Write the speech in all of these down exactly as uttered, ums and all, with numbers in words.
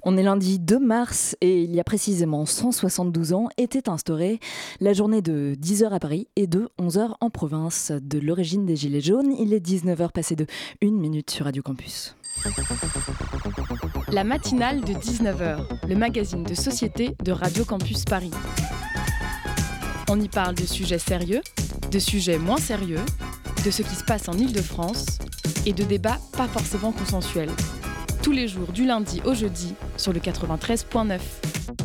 On est lundi deux mars et il y a précisément cent soixante-douze ans était instaurée la journée de dix heures à Paris et de onze heures en province. De l'origine des Gilets jaunes, il est dix-neuf heures passées de une minute sur Radio Campus. La matinale de dix-neuf heures, le magazine de société de Radio Campus Paris. On y parle de sujets sérieux, de sujets moins sérieux, de ce qui se passe en Île-de-France et de débats pas forcément consensuels. Tous les jours du lundi au jeudi sur le quatre-vingt-treize point neuf.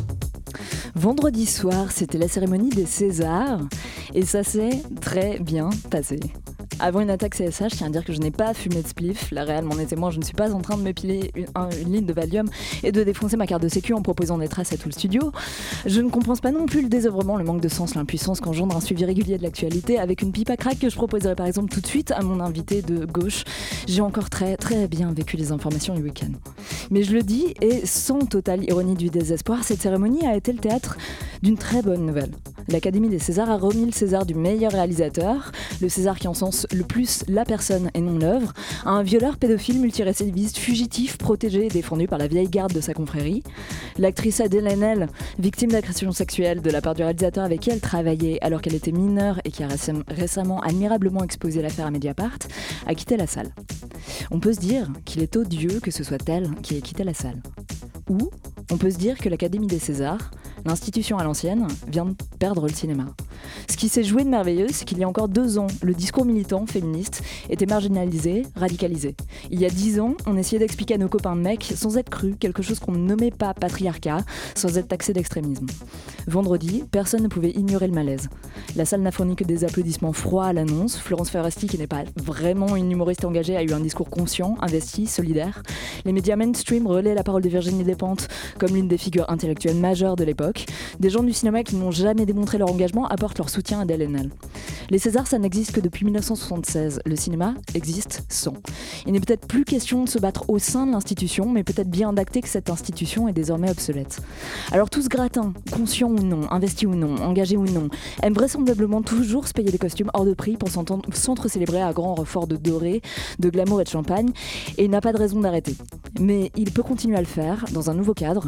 Vendredi soir, c'était la cérémonie des Césars et ça s'est très bien passé. Avant une attaque C S H, je tiens à dire que je n'ai pas fumé de spliff. La réelle m'en est témoin, je ne suis pas en train de me piler une, un, une ligne de Valium et de défoncer ma carte de sécu en proposant des traces à tout le studio. Je ne compense pas non plus le désœuvrement, le manque de sens, l'impuissance qu'engendre un suivi régulier de l'actualité avec une pipe à crack que je proposerai par exemple tout de suite à mon invité de gauche. J'ai encore très très bien vécu les informations du week-end. Mais je le dis, et sans totale ironie du désespoir, cette cérémonie a été le théâtre d'une très bonne nouvelle. L'Académie des Césars a remis le César du meilleur réalisateur, le César qui encense le plus la personne et non l'œuvre, à un violeur pédophile multirécidiviste fugitif, protégé et défendu par la vieille garde de sa confrérie. L'actrice Adèle Haenel, victime d'agression sexuelle de la part du réalisateur avec qui elle travaillait alors qu'elle était mineure et qui a récemment admirablement exposé l'affaire à Mediapart, a quitté la salle. On peut se dire qu'il est odieux que ce soit elle qui ait quitté la salle. Ou on peut se dire que l'Académie des Césars, l'institution à l'ancienne, vient de perdre le cinéma. Ce qui s'est joué de merveilleux, c'est qu'il y a encore deux ans, le discours militant féministe était marginalisé, radicalisé. Il y a dix ans, on essayait d'expliquer à nos copains de mecs, sans être cru, quelque chose qu'on ne nommait pas patriarcat, sans être taxé d'extrémisme. Vendredi, personne ne pouvait ignorer le malaise. La salle n'a fourni que des applaudissements froids à l'annonce. Florence Foresti, qui n'est pas vraiment une humoriste engagée, a eu un discours conscient, investi, solidaire. Les médias mainstream relaient la parole de Virginie Despentes comme l'une des figures intellectuelles majeures de l'époque. Des gens du cinéma qui n'ont jamais démontré leur engagement apportent leur soutien à Adèle Haenel. Les Césars, ça n'existe que depuis dix-neuf cent soixante-seize. Le cinéma existe sans. Il n'est peut-être plus question de se battre au sein de l'institution, mais peut-être bien d'acter que cette institution est désormais obsolète. Alors tout ce gratin, conscient ou non, investi ou non, engagé ou non, aime vraisemblablement toujours se payer des costumes hors de prix pour s'entre-célébrer à grand renfort de doré, de glamour et de champagne, et n'a pas de raison d'arrêter. Mais il peut continuer à le faire dans un nouveau cadre,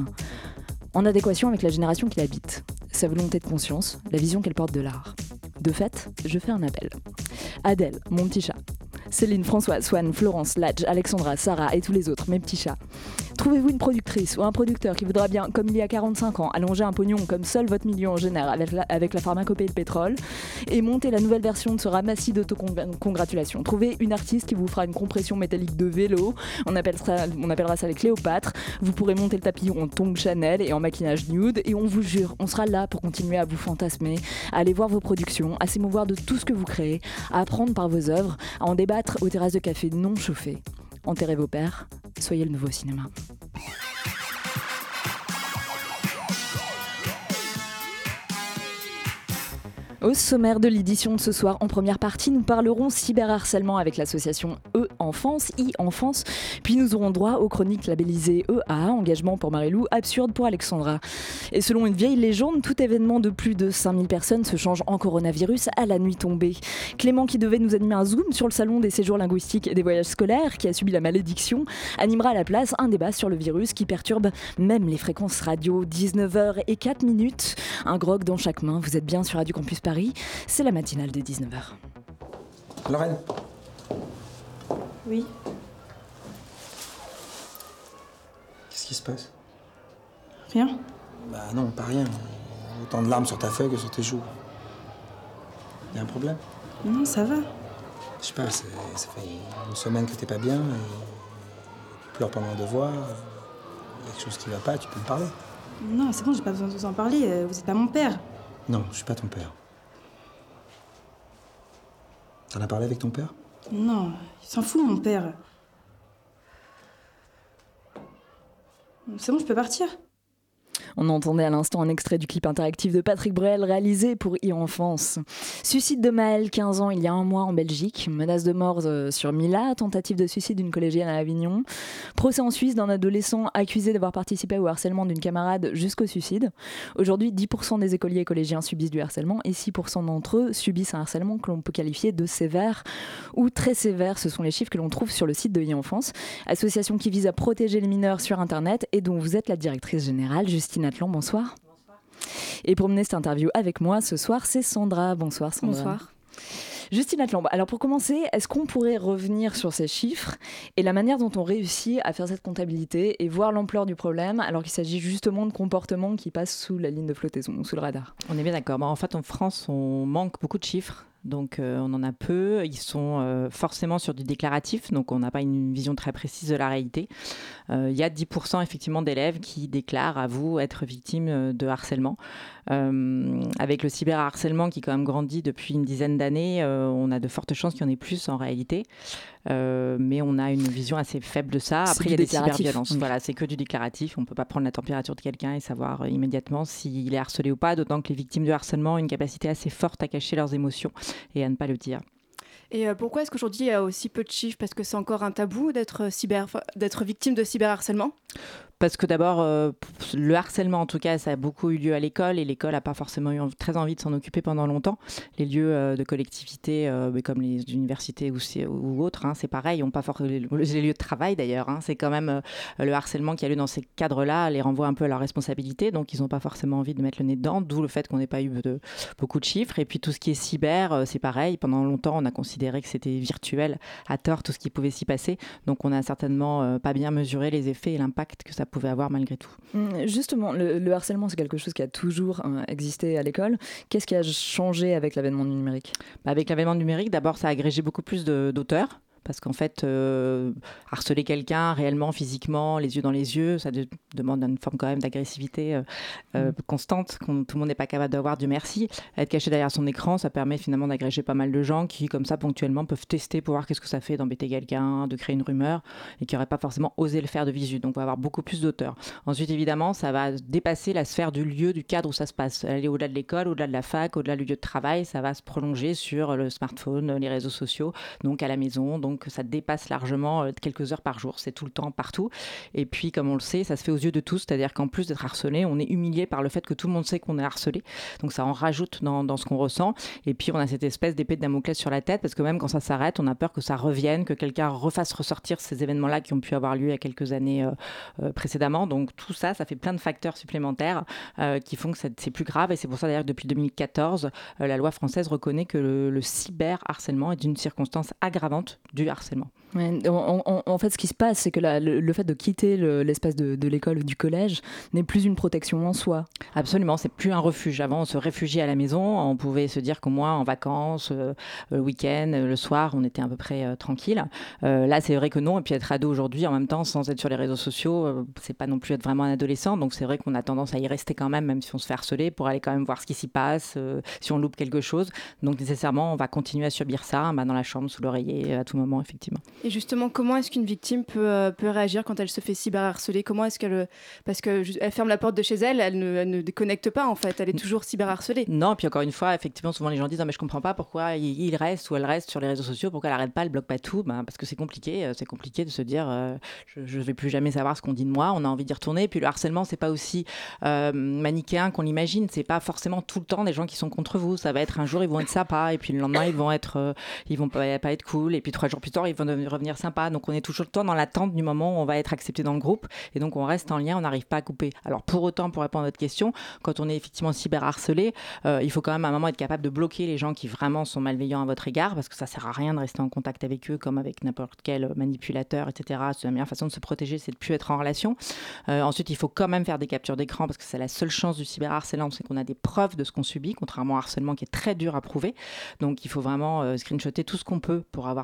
en adéquation avec la génération qu'il habite, sa volonté de conscience, la vision qu'elle porte de l'art. De fait, je fais un appel. Adèle, mon petit chat. Céline, François, Swan, Florence, Ladj, Alexandra, Sarah et tous les autres, mes petits chats. Trouvez-vous une productrice ou un producteur qui voudra bien, comme il y a quarante-cinq ans, allonger un pognon comme seul votre million en génère avec la, avec la pharmacopée et le pétrole et monter la nouvelle version de ce ramassis d'autocongratulations. Trouvez une artiste qui vous fera une compression métallique de vélo, on appellera, on appellera ça les Cléopâtres, vous pourrez monter le tapis en tongs Chanel et en maquillage nude et on vous jure, on sera là pour continuer à vous fantasmer, à aller voir vos productions, à s'émouvoir de tout ce que vous créez, à apprendre par vos œuvres, à en débattre aux terrasses de café non chauffées. Enterrez vos pères, soyez le nouveau cinéma. Au sommaire de l'édition de ce soir, en première partie, nous parlerons cyberharcèlement avec l'association E-Enfance, e-Enfance, puis nous aurons droit aux chroniques labellisées E A, engagement pour Marilou, absurde pour Alexandra. Et selon une vieille légende, tout événement de plus de cinq mille personnes se change en coronavirus à la nuit tombée. Clément, qui devait nous animer un zoom sur le salon des séjours linguistiques et des voyages scolaires, qui a subi la malédiction, animera à la place un débat sur le virus qui perturbe même les fréquences radio. dix-neuf heures zéro quatre minutes, un grog dans chaque main, vous êtes bien sur Radio Campus Paris. Paris, c'est la matinale de dix-neuf heures. Lorraine. Oui. Qu'est-ce qui se passe? Rien. Bah non, pas rien. Autant de larmes sur ta feuille que sur tes joues. Y a un problème? Non, ça va. Je sais pas, c'est, ça fait une semaine que t'es pas bien et tu pleures pendant un devoir. Y a quelque chose qui va pas, tu peux me parler. Non, c'est bon, j'ai pas besoin de vous en parler. Vous êtes pas mon père. Non, je suis pas ton père. T'en as parlé avec ton père? Non, il s'en fout, mon père. C'est bon, je peux partir. On entendait à l'instant un extrait du clip interactif de Patrick Bruel réalisé pour e-enfance. Suicide de Maëlle, quinze ans, il y a un mois en Belgique. Menace de mort euh, sur Mila, tentative de suicide d'une collégienne à Avignon. Procès en Suisse d'un adolescent accusé d'avoir participé au harcèlement d'une camarade jusqu'au suicide. Aujourd'hui, dix pour cent des écoliers et collégiens subissent du harcèlement et six pour cent d'entre eux subissent un harcèlement que l'on peut qualifier de sévère ou très sévère. Ce sont les chiffres que l'on trouve sur le site de e-enfance, association qui vise à protéger les mineurs sur Internet et dont vous êtes la directrice générale. Justine Atlan, bonsoir. Bonsoir. Et pour mener cette interview avec moi ce soir, c'est Sandra. Bonsoir Sandra. Bonsoir. Justine Atlan, alors pour commencer, est-ce qu'on pourrait revenir sur ces chiffres et la manière dont on réussit à faire cette comptabilité et voir l'ampleur du problème alors qu'il s'agit justement de comportements qui passent sous la ligne de flottaison, sous le radar? On est bien d'accord. Bon, en fait, en France, on manque beaucoup de chiffres. Donc euh, on en a peu, ils sont euh, forcément sur du déclaratif, donc on n'a pas une vision très précise de la réalité. Euh, il y a dix pour cent effectivement d'élèves qui déclarent à vous être victimes de harcèlement. Euh, avec le cyberharcèlement qui quand même grandit depuis une dizaine d'années, euh, on a de fortes chances qu'il y en ait plus en réalité. Euh, mais on a une vision assez faible de ça. Après, il y a des cyberviolences. Oui. Voilà, c'est que du déclaratif. On ne peut pas prendre la température de quelqu'un et savoir immédiatement s'il est harcelé ou pas, d'autant que les victimes de harcèlement ont une capacité assez forte à cacher leurs émotions et à ne pas le dire. Et euh, pourquoi est-ce qu'aujourd'hui il y a aussi peu de chiffres? Parce que c'est encore un tabou d'être, cyber, d'être victime de cyberharcèlement? Parce que d'abord, euh, le harcèlement, en tout cas, ça a beaucoup eu lieu à l'école et l'école n'a pas forcément eu très envie de s'en occuper pendant longtemps. Les lieux euh, de collectivité, euh, comme les universités ou, ou autres, hein, c'est pareil, ont pas for- les, les lieux de travail d'ailleurs. Hein, c'est quand même euh, le harcèlement qui a lieu dans ces cadres-là, les renvoie un peu à leur responsabilité, donc ils n'ont pas forcément envie de mettre le nez dedans, d'où le fait qu'on n'ait pas eu de, beaucoup de chiffres. Et puis tout ce qui est cyber, euh, c'est pareil. Pendant longtemps, on a considéré que c'était virtuel, à tort, tout ce qui pouvait s'y passer. Donc on n'a certainement euh, pas bien mesuré les effets et l'impact que ça pouvait avoir malgré tout. Justement, le, le harcèlement, c'est quelque chose qui a toujours euh, existé à l'école. Qu'est-ce qui a changé avec l'avènement du numérique? Bah avec l'avènement du numérique, d'abord, ça a agrégé beaucoup plus de, d'auteurs. Parce qu'en fait, euh, harceler quelqu'un réellement, physiquement, les yeux dans les yeux, ça de- demande une forme quand même d'agressivité euh, euh, constante, qu'on tout le monde n'est pas capable d'avoir, Dieu merci. Être caché derrière son écran, ça permet finalement d'agréger pas mal de gens qui, comme ça, ponctuellement, peuvent tester pour voir qu'est-ce que ça fait d'embêter quelqu'un, de créer une rumeur, et qui n'auraient pas forcément osé le faire de visu. Donc, on va avoir beaucoup plus d'auteurs. Ensuite, évidemment, ça va dépasser la sphère du lieu, du cadre où ça se passe. Aller au-delà de l'école, au-delà de la fac, au-delà du lieu de travail, ça va se prolonger sur le smartphone, les réseaux sociaux, donc à la maison, donc Donc ça dépasse largement quelques heures par jour, c'est tout le temps, partout. Et puis comme on le sait, ça se fait aux yeux de tous, c'est-à-dire qu'en plus d'être harcelé, on est humilié par le fait que tout le monde sait qu'on est harcelé. Donc ça en rajoute dans, dans ce qu'on ressent. Et puis on a cette espèce d'épée de Damoclès sur la tête, parce que même quand ça s'arrête, on a peur que ça revienne, que quelqu'un refasse ressortir ces événements-là qui ont pu avoir lieu il y a quelques années euh, euh, précédemment. Donc tout ça, ça fait plein de facteurs supplémentaires euh, qui font que c'est, c'est plus grave. Et c'est pour ça d'ailleurs que depuis deux mille quatorze, euh, la loi française reconnaît que le, le cyberharcèlement est une circonstance aggravante du harcèlement. Ouais, en, en, en fait, ce qui se passe, c'est que la, le, le fait de quitter le, l'espace de, de l'école ou du collège n'est plus une protection en soi. Absolument, c'est plus un refuge. Avant, on se réfugiait à la maison, on pouvait se dire qu'au moins en vacances, euh, le week-end, le soir, on était à peu près euh, tranquille. Euh, là, c'est vrai que non. Et puis être ado aujourd'hui, en même temps, sans être sur les réseaux sociaux, euh, c'est pas non plus être vraiment un adolescent. Donc c'est vrai qu'on a tendance à y rester quand même, même si on se fait harceler, pour aller quand même voir ce qui s'y passe, euh, si on loupe quelque chose. Donc nécessairement, on va continuer à subir ça, bah, dans la chambre, sous l'oreiller, à tout moment, effectivement. Et justement, comment est-ce qu'une victime peut, euh, peut réagir quand elle se fait cyberharceler? Comment est-ce qu'elle... Parce qu'elle ferme la porte de chez elle, elle ne, elle ne déconnecte pas en fait, elle est toujours cyberharcelée. Non, puis encore une fois, effectivement, souvent les gens disent ah, « mais je comprends pas pourquoi il reste ou elle reste sur les réseaux sociaux, pourquoi elle n'arrête pas, elle bloque pas tout ?» Ben, parce que c'est compliqué, c'est compliqué de se dire euh, « je ne vais plus jamais savoir ce qu'on dit de moi », on a envie d'y retourner. Puis le harcèlement, c'est pas aussi euh, manichéen qu'on l'imagine, c'est pas forcément tout le temps des gens qui sont contre vous, ça va être un jour ils vont être sympas, et puis le lendemain ils vont être, euh, ils vont pas, pas être cool, et puis trois jours plus tard ils vont revenir sympas. Donc on est toujours le temps dans l'attente du moment où on va être accepté dans le groupe, et donc on reste en lien, on n'arrive pas à couper. Alors pour autant, pour répondre à votre question, quand on est effectivement cyberharcelé, euh, il faut quand même à un moment être capable de bloquer les gens qui vraiment sont malveillants à votre égard, parce que ça sert à rien de rester en contact avec eux comme avec n'importe quel manipulateur, et cetera. C'est la meilleure façon de se protéger, c'est de plus être en relation. Euh, ensuite, il faut quand même faire des captures d'écran, parce que c'est la seule chance du cyberharcèlement, c'est qu'on a des preuves de ce qu'on subit, contrairement au harcèlement qui est très dur à prouver. Donc il faut vraiment euh, screenshotter tout ce qu'on peut pour avoir toutes les preuves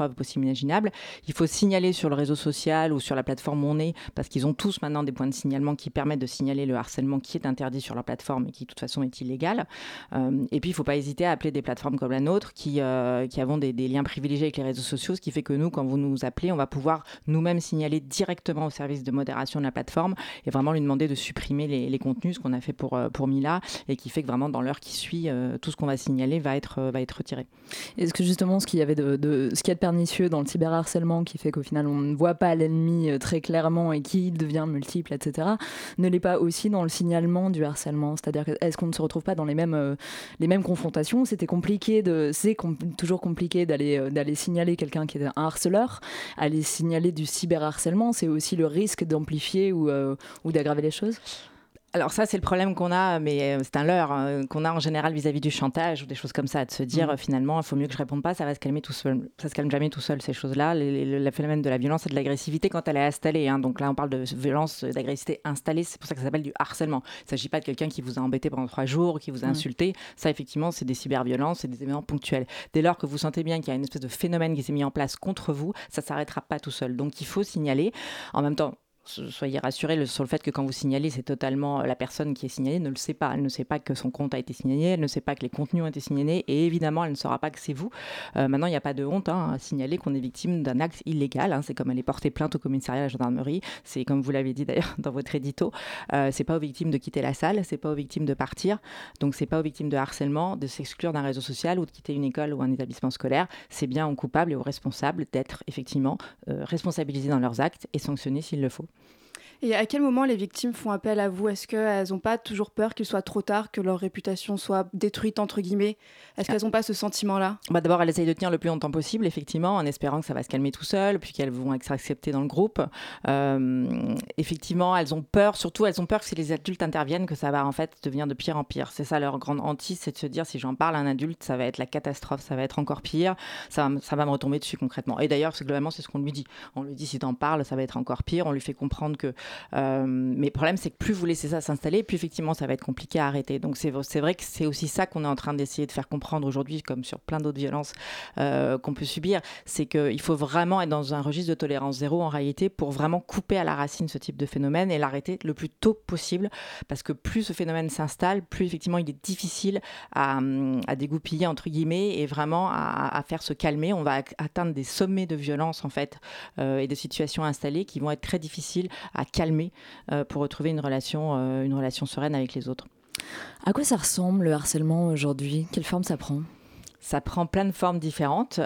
preuves possibles imaginables. Il faut signaler sur le réseau social ou sur la plateforme où on est, parce qu'ils ont tous maintenant des points de signalement qui permettent de signaler le harcèlement qui est interdit sur leur plateforme et qui de toute façon est illégal. Euh, et puis il ne faut pas hésiter à appeler des plateformes comme la nôtre qui, euh, qui avons des, des liens privilégiés avec les réseaux sociaux, ce qui fait que nous, quand vous nous appelez, on va pouvoir nous-mêmes signaler directement au service de modération de la plateforme et vraiment lui demander de supprimer les, les contenus, ce qu'on a fait pour, pour Mila, et qui fait que vraiment dans l'heure qui suit, euh, tout ce qu'on va signaler va être, euh, va être retiré. Est-ce que justement ce qu'il y avait de, de, ce qu'il y a de pernicieux dans le cyberharcèlement qui fait qu'au final on ne voit pas l'ennemi euh, très clairement et qui devient multiple, et cetera, ne l'est pas aussi dans le signalement du harcèlement? C'est-à-dire, est-ce qu'on ne se retrouve pas dans les mêmes, euh, les mêmes confrontations? C'était compliqué de, c'est com- toujours compliqué d'aller, euh, d'aller signaler quelqu'un qui est un harceleur, aller signaler du cyberharcèlement, c'est aussi le risque d'amplifier ou, euh, ou d'aggraver les choses? Alors ça, c'est le problème qu'on a, mais c'est un leurre, hein, qu'on a en général vis-à-vis du chantage ou des choses comme ça, de se dire mmh. finalement, il faut mieux que je réponde pas, ça va se calmer tout seul. Ça se calme jamais tout seul, ces choses-là. Le phénomène de la violence et de l'agressivité quand elle est installée. Hein. Donc là, on parle de violence, d'agressivité installée, c'est pour ça que ça s'appelle du harcèlement. Il ne s'agit pas de quelqu'un qui vous a embêté pendant trois jours, qui vous a mmh. insulté. Ça, effectivement, c'est des cyberviolences, c'est des événements ponctuels. Dès lors que vous sentez bien qu'il y a une espèce de phénomène qui s'est mis en place contre vous, ça ne s'arrêtera pas tout seul. Donc il faut signaler. En même temps, soyez rassurés sur le fait que quand vous signalez, c'est totalement la personne qui est signalée ne le sait pas. Elle ne sait pas que son compte a été signalé, elle ne sait pas que les contenus ont été signalés et évidemment, elle ne saura pas que c'est vous. Euh, maintenant, il n'y a pas de honte hein, à signaler qu'on est victime d'un acte illégal. Hein. C'est comme aller porter plainte au commissariat à la gendarmerie. C'est comme vous l'avez dit d'ailleurs dans votre édito. Euh, c'est pas aux victimes de quitter la salle, c'est pas aux victimes de partir. Donc, c'est pas aux victimes de harcèlement de s'exclure d'un réseau social ou de quitter une école ou un établissement scolaire. C'est bien aux coupables et aux responsables d'être effectivement euh, responsabilisés dans leurs actes et sanctionnés s'il le faut. Et à quel moment les victimes font appel à vous? Est-ce qu'elles n'ont pas toujours peur qu'il soit trop tard, que leur réputation soit détruite, entre guillemets? Est-ce qu'elles n'ont pas ce sentiment-là? bah D'abord, elles essayent de tenir le plus longtemps possible, effectivement, en espérant que ça va se calmer tout seul, puis qu'elles vont être acceptées dans le groupe. Euh, effectivement, elles ont peur, surtout elles ont peur que si les adultes interviennent, que ça va en fait devenir de pire en pire. C'est ça leur grande hantise, c'est de se dire, si j'en parle à un adulte, ça va être la catastrophe, ça va être encore pire, ça va, ça va me retomber dessus concrètement. Et d'ailleurs, c'est, globalement, c'est ce qu'on lui dit. On lui dit, si t'en parles, ça va être encore pire. On lui fait comprendre que... Euh, mais le problème, c'est que plus vous laissez ça s'installer, plus effectivement, ça va être compliqué à arrêter. Donc, c'est, c'est vrai que c'est aussi ça qu'on est en train d'essayer de faire comprendre aujourd'hui, comme sur plein d'autres violences euh, qu'on peut subir. C'est qu'il faut vraiment être dans un registre de tolérance zéro, en réalité, pour vraiment couper à la racine ce type de phénomène et l'arrêter le plus tôt possible. Parce que plus ce phénomène s'installe, plus effectivement, il est difficile à, à dégoupiller, entre guillemets, et vraiment à, à faire se calmer. On va atteindre des sommets de violence, en fait, euh, et de situations installées qui vont être très difficiles à calmer euh, pour retrouver une relation, euh, une relation sereine avec les autres. À quoi ça ressemble le harcèlement aujourd'hui? Quelle forme ça prend? Ça prend plein de formes différentes.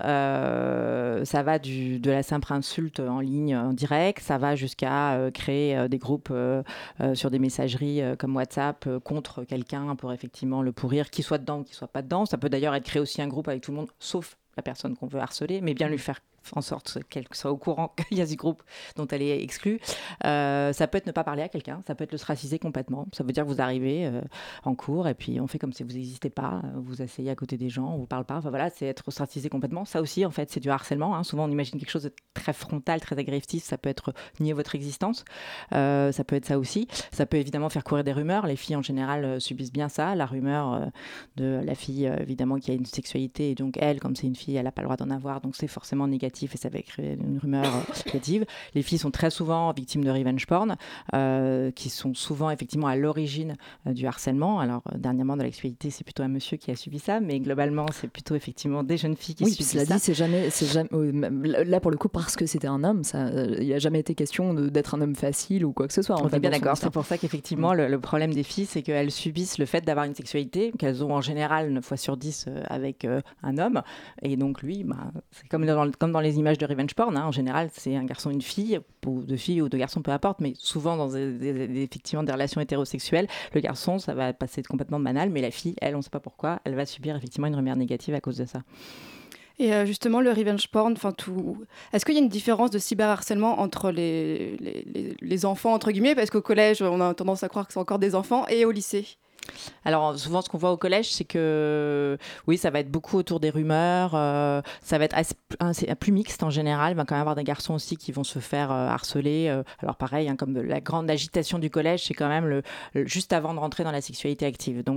Euh, ça va du, de la simple insulte en ligne, en direct. Ça va jusqu'à euh, créer euh, des groupes euh, euh, sur des messageries euh, comme WhatsApp euh, contre quelqu'un pour effectivement le pourrir, qu'il soit dedans ou qu'il ne soit pas dedans. Ça peut d'ailleurs être créé aussi un groupe avec tout le monde, sauf la personne qu'on veut harceler, mais bien lui faire en sorte qu'elle soit au courant qu'il y a ce groupe dont elle est exclue. Euh, ça peut être ne pas parler à quelqu'un, ça peut être le ostraciser complètement. Ça veut dire que vous arrivez euh, en cours et puis on fait comme si vous n'existez pas, vous vous asseyez à côté des gens, on ne vous parle pas. Enfin voilà, c'est être ostracisé complètement. Ça aussi, en fait, c'est du harcèlement. Hein. Souvent, on imagine quelque chose de très frontal, très agressif. Ça peut être nier votre existence. Euh, ça peut être ça aussi. Ça peut évidemment faire courir des rumeurs. Les filles, en général, euh, subissent bien ça. La rumeur euh, de la fille, euh, évidemment, qui a une sexualité. Et donc, elle, comme c'est une fille, elle n'a pas le droit d'en avoir. Donc, c'est forcément négatif et ça va créer une rumeur négative. Les filles sont très souvent victimes de revenge porn, euh, qui sont souvent effectivement à l'origine euh, du harcèlement. Alors, euh, dernièrement, dans l'actualité, c'est plutôt un monsieur qui a subi ça, mais globalement, c'est plutôt effectivement des jeunes filles qui oui, subissent cela ça. Dit, c'est jamais, c'est jamais, là, pour le coup, parce que c'était un homme, ça, il n'y a jamais été question de, d'être un homme facile ou quoi que ce soit. On est bien d'accord. C'est pour ça qu'effectivement, mmh. le, le problème des filles, c'est qu'elles subissent le fait d'avoir une sexualité qu'elles ont en général neuf fois sur dix euh, avec euh, un homme. Et donc, lui, bah, c'est comme dans, comme dans les images de revenge porn, hein. En général, c'est un garçon, une fille, ou deux filles ou deux garçons, peu importe, mais souvent dans des, des, des, effectivement des relations hétérosexuelles, le garçon, ça va passer complètement banal, mais la fille, elle, on ne sait pas pourquoi, elle va subir effectivement une rumeur négative à cause de ça. Et euh, justement, le revenge porn, enfin tout. Est-ce qu'il y a une différence de cyberharcèlement entre les, les, les, les enfants, entre guillemets, parce qu'au collège, on a tendance à croire que c'est encore des enfants, et au lycée? Alors souvent ce qu'on voit au collège, c'est que oui, ça va être beaucoup autour des rumeurs, euh, ça va être assez, assez, plus mixte en général. Il va quand même avoir des garçons aussi qui vont se faire euh, harceler. Euh, alors pareil, hein, comme la grande agitation du collège, c'est quand même le, le, juste avant de rentrer dans la sexualité active. Donc c'est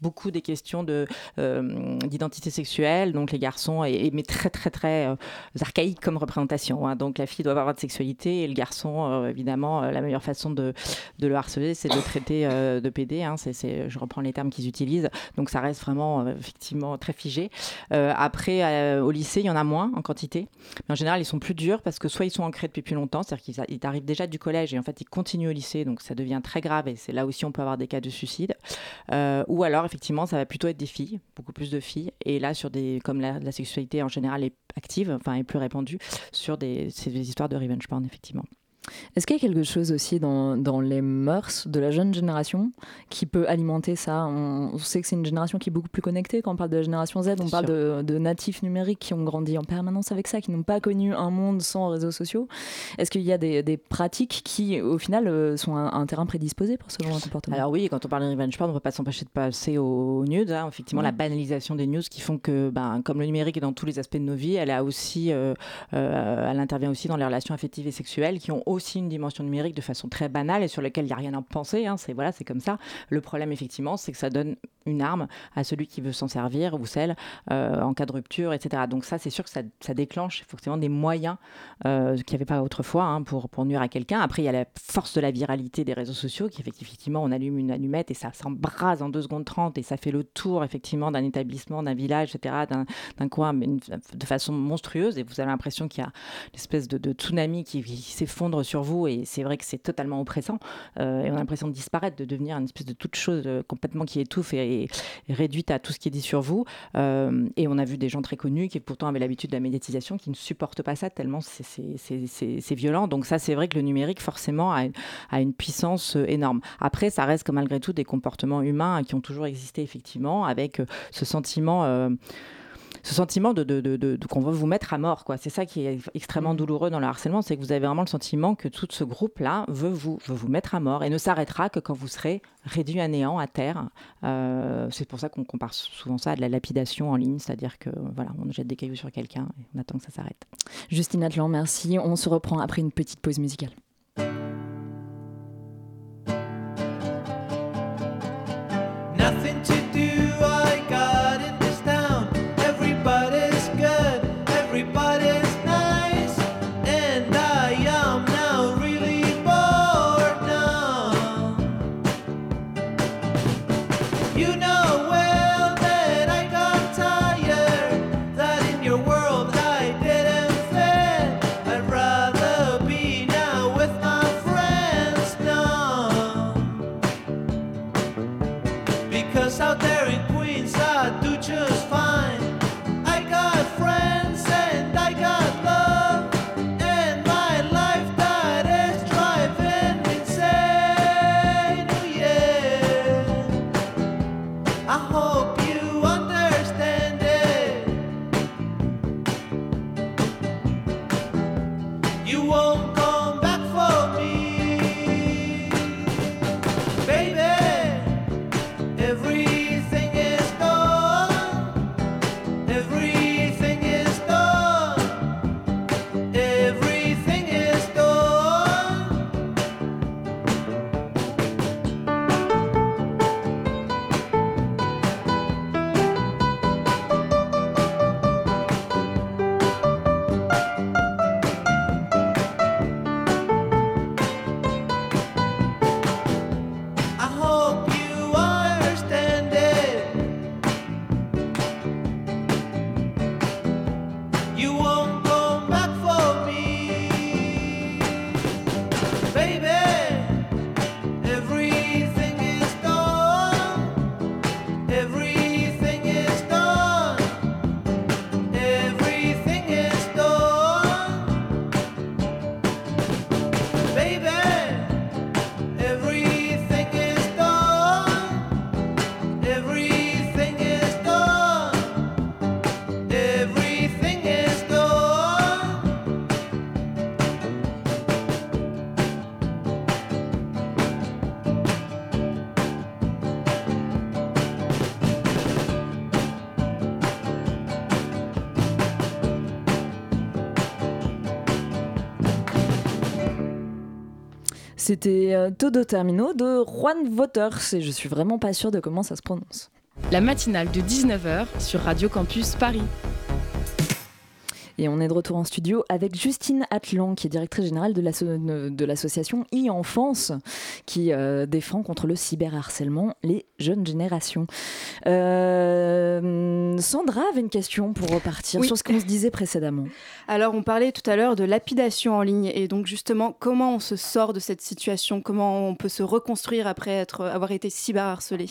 beaucoup des questions de, euh, d'identité sexuelle, donc les garçons, et, et, mais très très très euh, archaïque comme représentation. Hein. Donc la fille doit avoir de sexualité et le garçon, euh, évidemment, euh, la meilleure façon de, de le harceler, c'est de le traiter euh, de pédé. Hein. C'est, c'est, je reprends les termes qu'ils utilisent. Donc ça reste vraiment euh, effectivement très figé. Euh, après, euh, au lycée, il y en a moins en quantité. Mais en général, ils sont plus durs parce que soit ils sont ancrés depuis plus longtemps, c'est-à-dire qu'ils ils arrivent déjà du collège et en fait ils continuent au lycée, donc ça devient très grave et c'est là aussi on peut avoir des cas de suicide. Euh, ou alors effectivement ça va plutôt être des filles, beaucoup plus de filles, et là sur des, comme la, la sexualité en général est active, enfin est plus répandue, sur des, c'est des histoires de revenge porn effectivement. Est-ce qu'il y a quelque chose aussi dans, dans les mœurs de la jeune génération qui peut alimenter ça ? on, on sait que c'est une génération qui est beaucoup plus connectée. Quand on parle de la génération Z, on c'est parle de, de natifs numériques qui ont grandi en permanence avec ça, qui n'ont pas connu un monde sans réseaux sociaux. Est-ce qu'il y a des, des pratiques qui, au final, euh, sont un, un terrain prédisposé pour ce genre de comportement ? Alors oui, quand on parle de revenge porn, on ne peut pas s'empêcher de passer aux nudes. Hein. Effectivement, ouais. La banalisation des news qui font que, ben, comme le numérique est dans tous les aspects de nos vies, elle, a aussi, euh, euh, elle intervient aussi dans les relations affectives et sexuelles qui ont aussi une dimension numérique de façon très banale et sur laquelle il n'y a rien à penser, hein, c'est, voilà, c'est comme ça. Le problème, effectivement, c'est que ça donne une arme à celui qui veut s'en servir ou celle euh, en cas de rupture, et cetera. Donc ça, c'est sûr que ça, ça déclenche effectivement des moyens euh, qu'il n'y avait pas autrefois hein, pour, pour nuire à quelqu'un. Après, il y a la force de la viralité des réseaux sociaux qui fait qu'effectivement, on allume une allumette et ça s'embrase en deux secondes trente et ça fait le tour effectivement d'un établissement, d'un village, et cetera, d'un, d'un coin, mais une, de façon monstrueuse et vous avez l'impression qu'il y a une espèce de, de tsunami qui, qui s'effondre sur vous. Et c'est vrai que c'est totalement oppressant euh, et on a l'impression de disparaître, de devenir une espèce de toute chose euh, complètement qui étouffe et, et, et réduite à tout ce qui est dit sur vous euh, et on a vu des gens très connus qui pourtant avaient l'habitude de la médiatisation qui ne supportent pas ça tellement c'est, c'est, c'est, c'est, c'est violent. Donc ça, c'est vrai que le numérique forcément a, a une puissance euh, énorme. Après, ça reste comme malgré tout des comportements humains hein, qui ont toujours existé effectivement avec euh, ce sentiment euh, ce sentiment de, de, de, de, de qu'on va vous mettre à mort, quoi. C'est ça qui est extrêmement douloureux dans le harcèlement, c'est que vous avez vraiment le sentiment que tout ce groupe-là veut vous, veut vous mettre à mort et ne s'arrêtera que quand vous serez réduit à néant, à terre. Euh, c'est pour ça qu'on compare souvent ça à de la lapidation en ligne, c'est-à-dire que voilà, on jette des cailloux sur quelqu'un et on attend que ça s'arrête. Justine Atlan, merci. On se reprend après une petite pause musicale. Nothing to do, I got in this town. Everybody's good, everybody's nice, and I am now really bored now. You know well that I got tired, that in your world I didn't fit. I'd rather be now with my friends now. Because out there in Queens I do just fine. I got friends and I got love, and my life that is driving insane, oh yeah. I hope you understand it. You won't come back for me, baby. Everything is gone, everything is gone, everything is gone. I hope you understand it. You won't come back for me, baby. Everything is gone, everything is gone, everything is gone, baby. Everything is gone, everything is gone, everything is gone. C'était euh, Todo Termino de Juan Waters et je suis vraiment pas sûre de comment ça se prononce. La matinale de dix-neuf heures sur Radio Campus Paris. Et on est de retour en studio avec Justine Atlan, qui est directrice générale de, l'asso- de l'association e-Enfance, qui euh, défend contre le cyberharcèlement les jeunes générations. Euh, Sandra avait une question pour repartir Oui. sur ce qu'on se disait précédemment. Alors, on parlait tout à l'heure de lapidation en ligne et donc justement, comment on se sort de cette situation, comment on peut se reconstruire après être, avoir été cyberharcelé.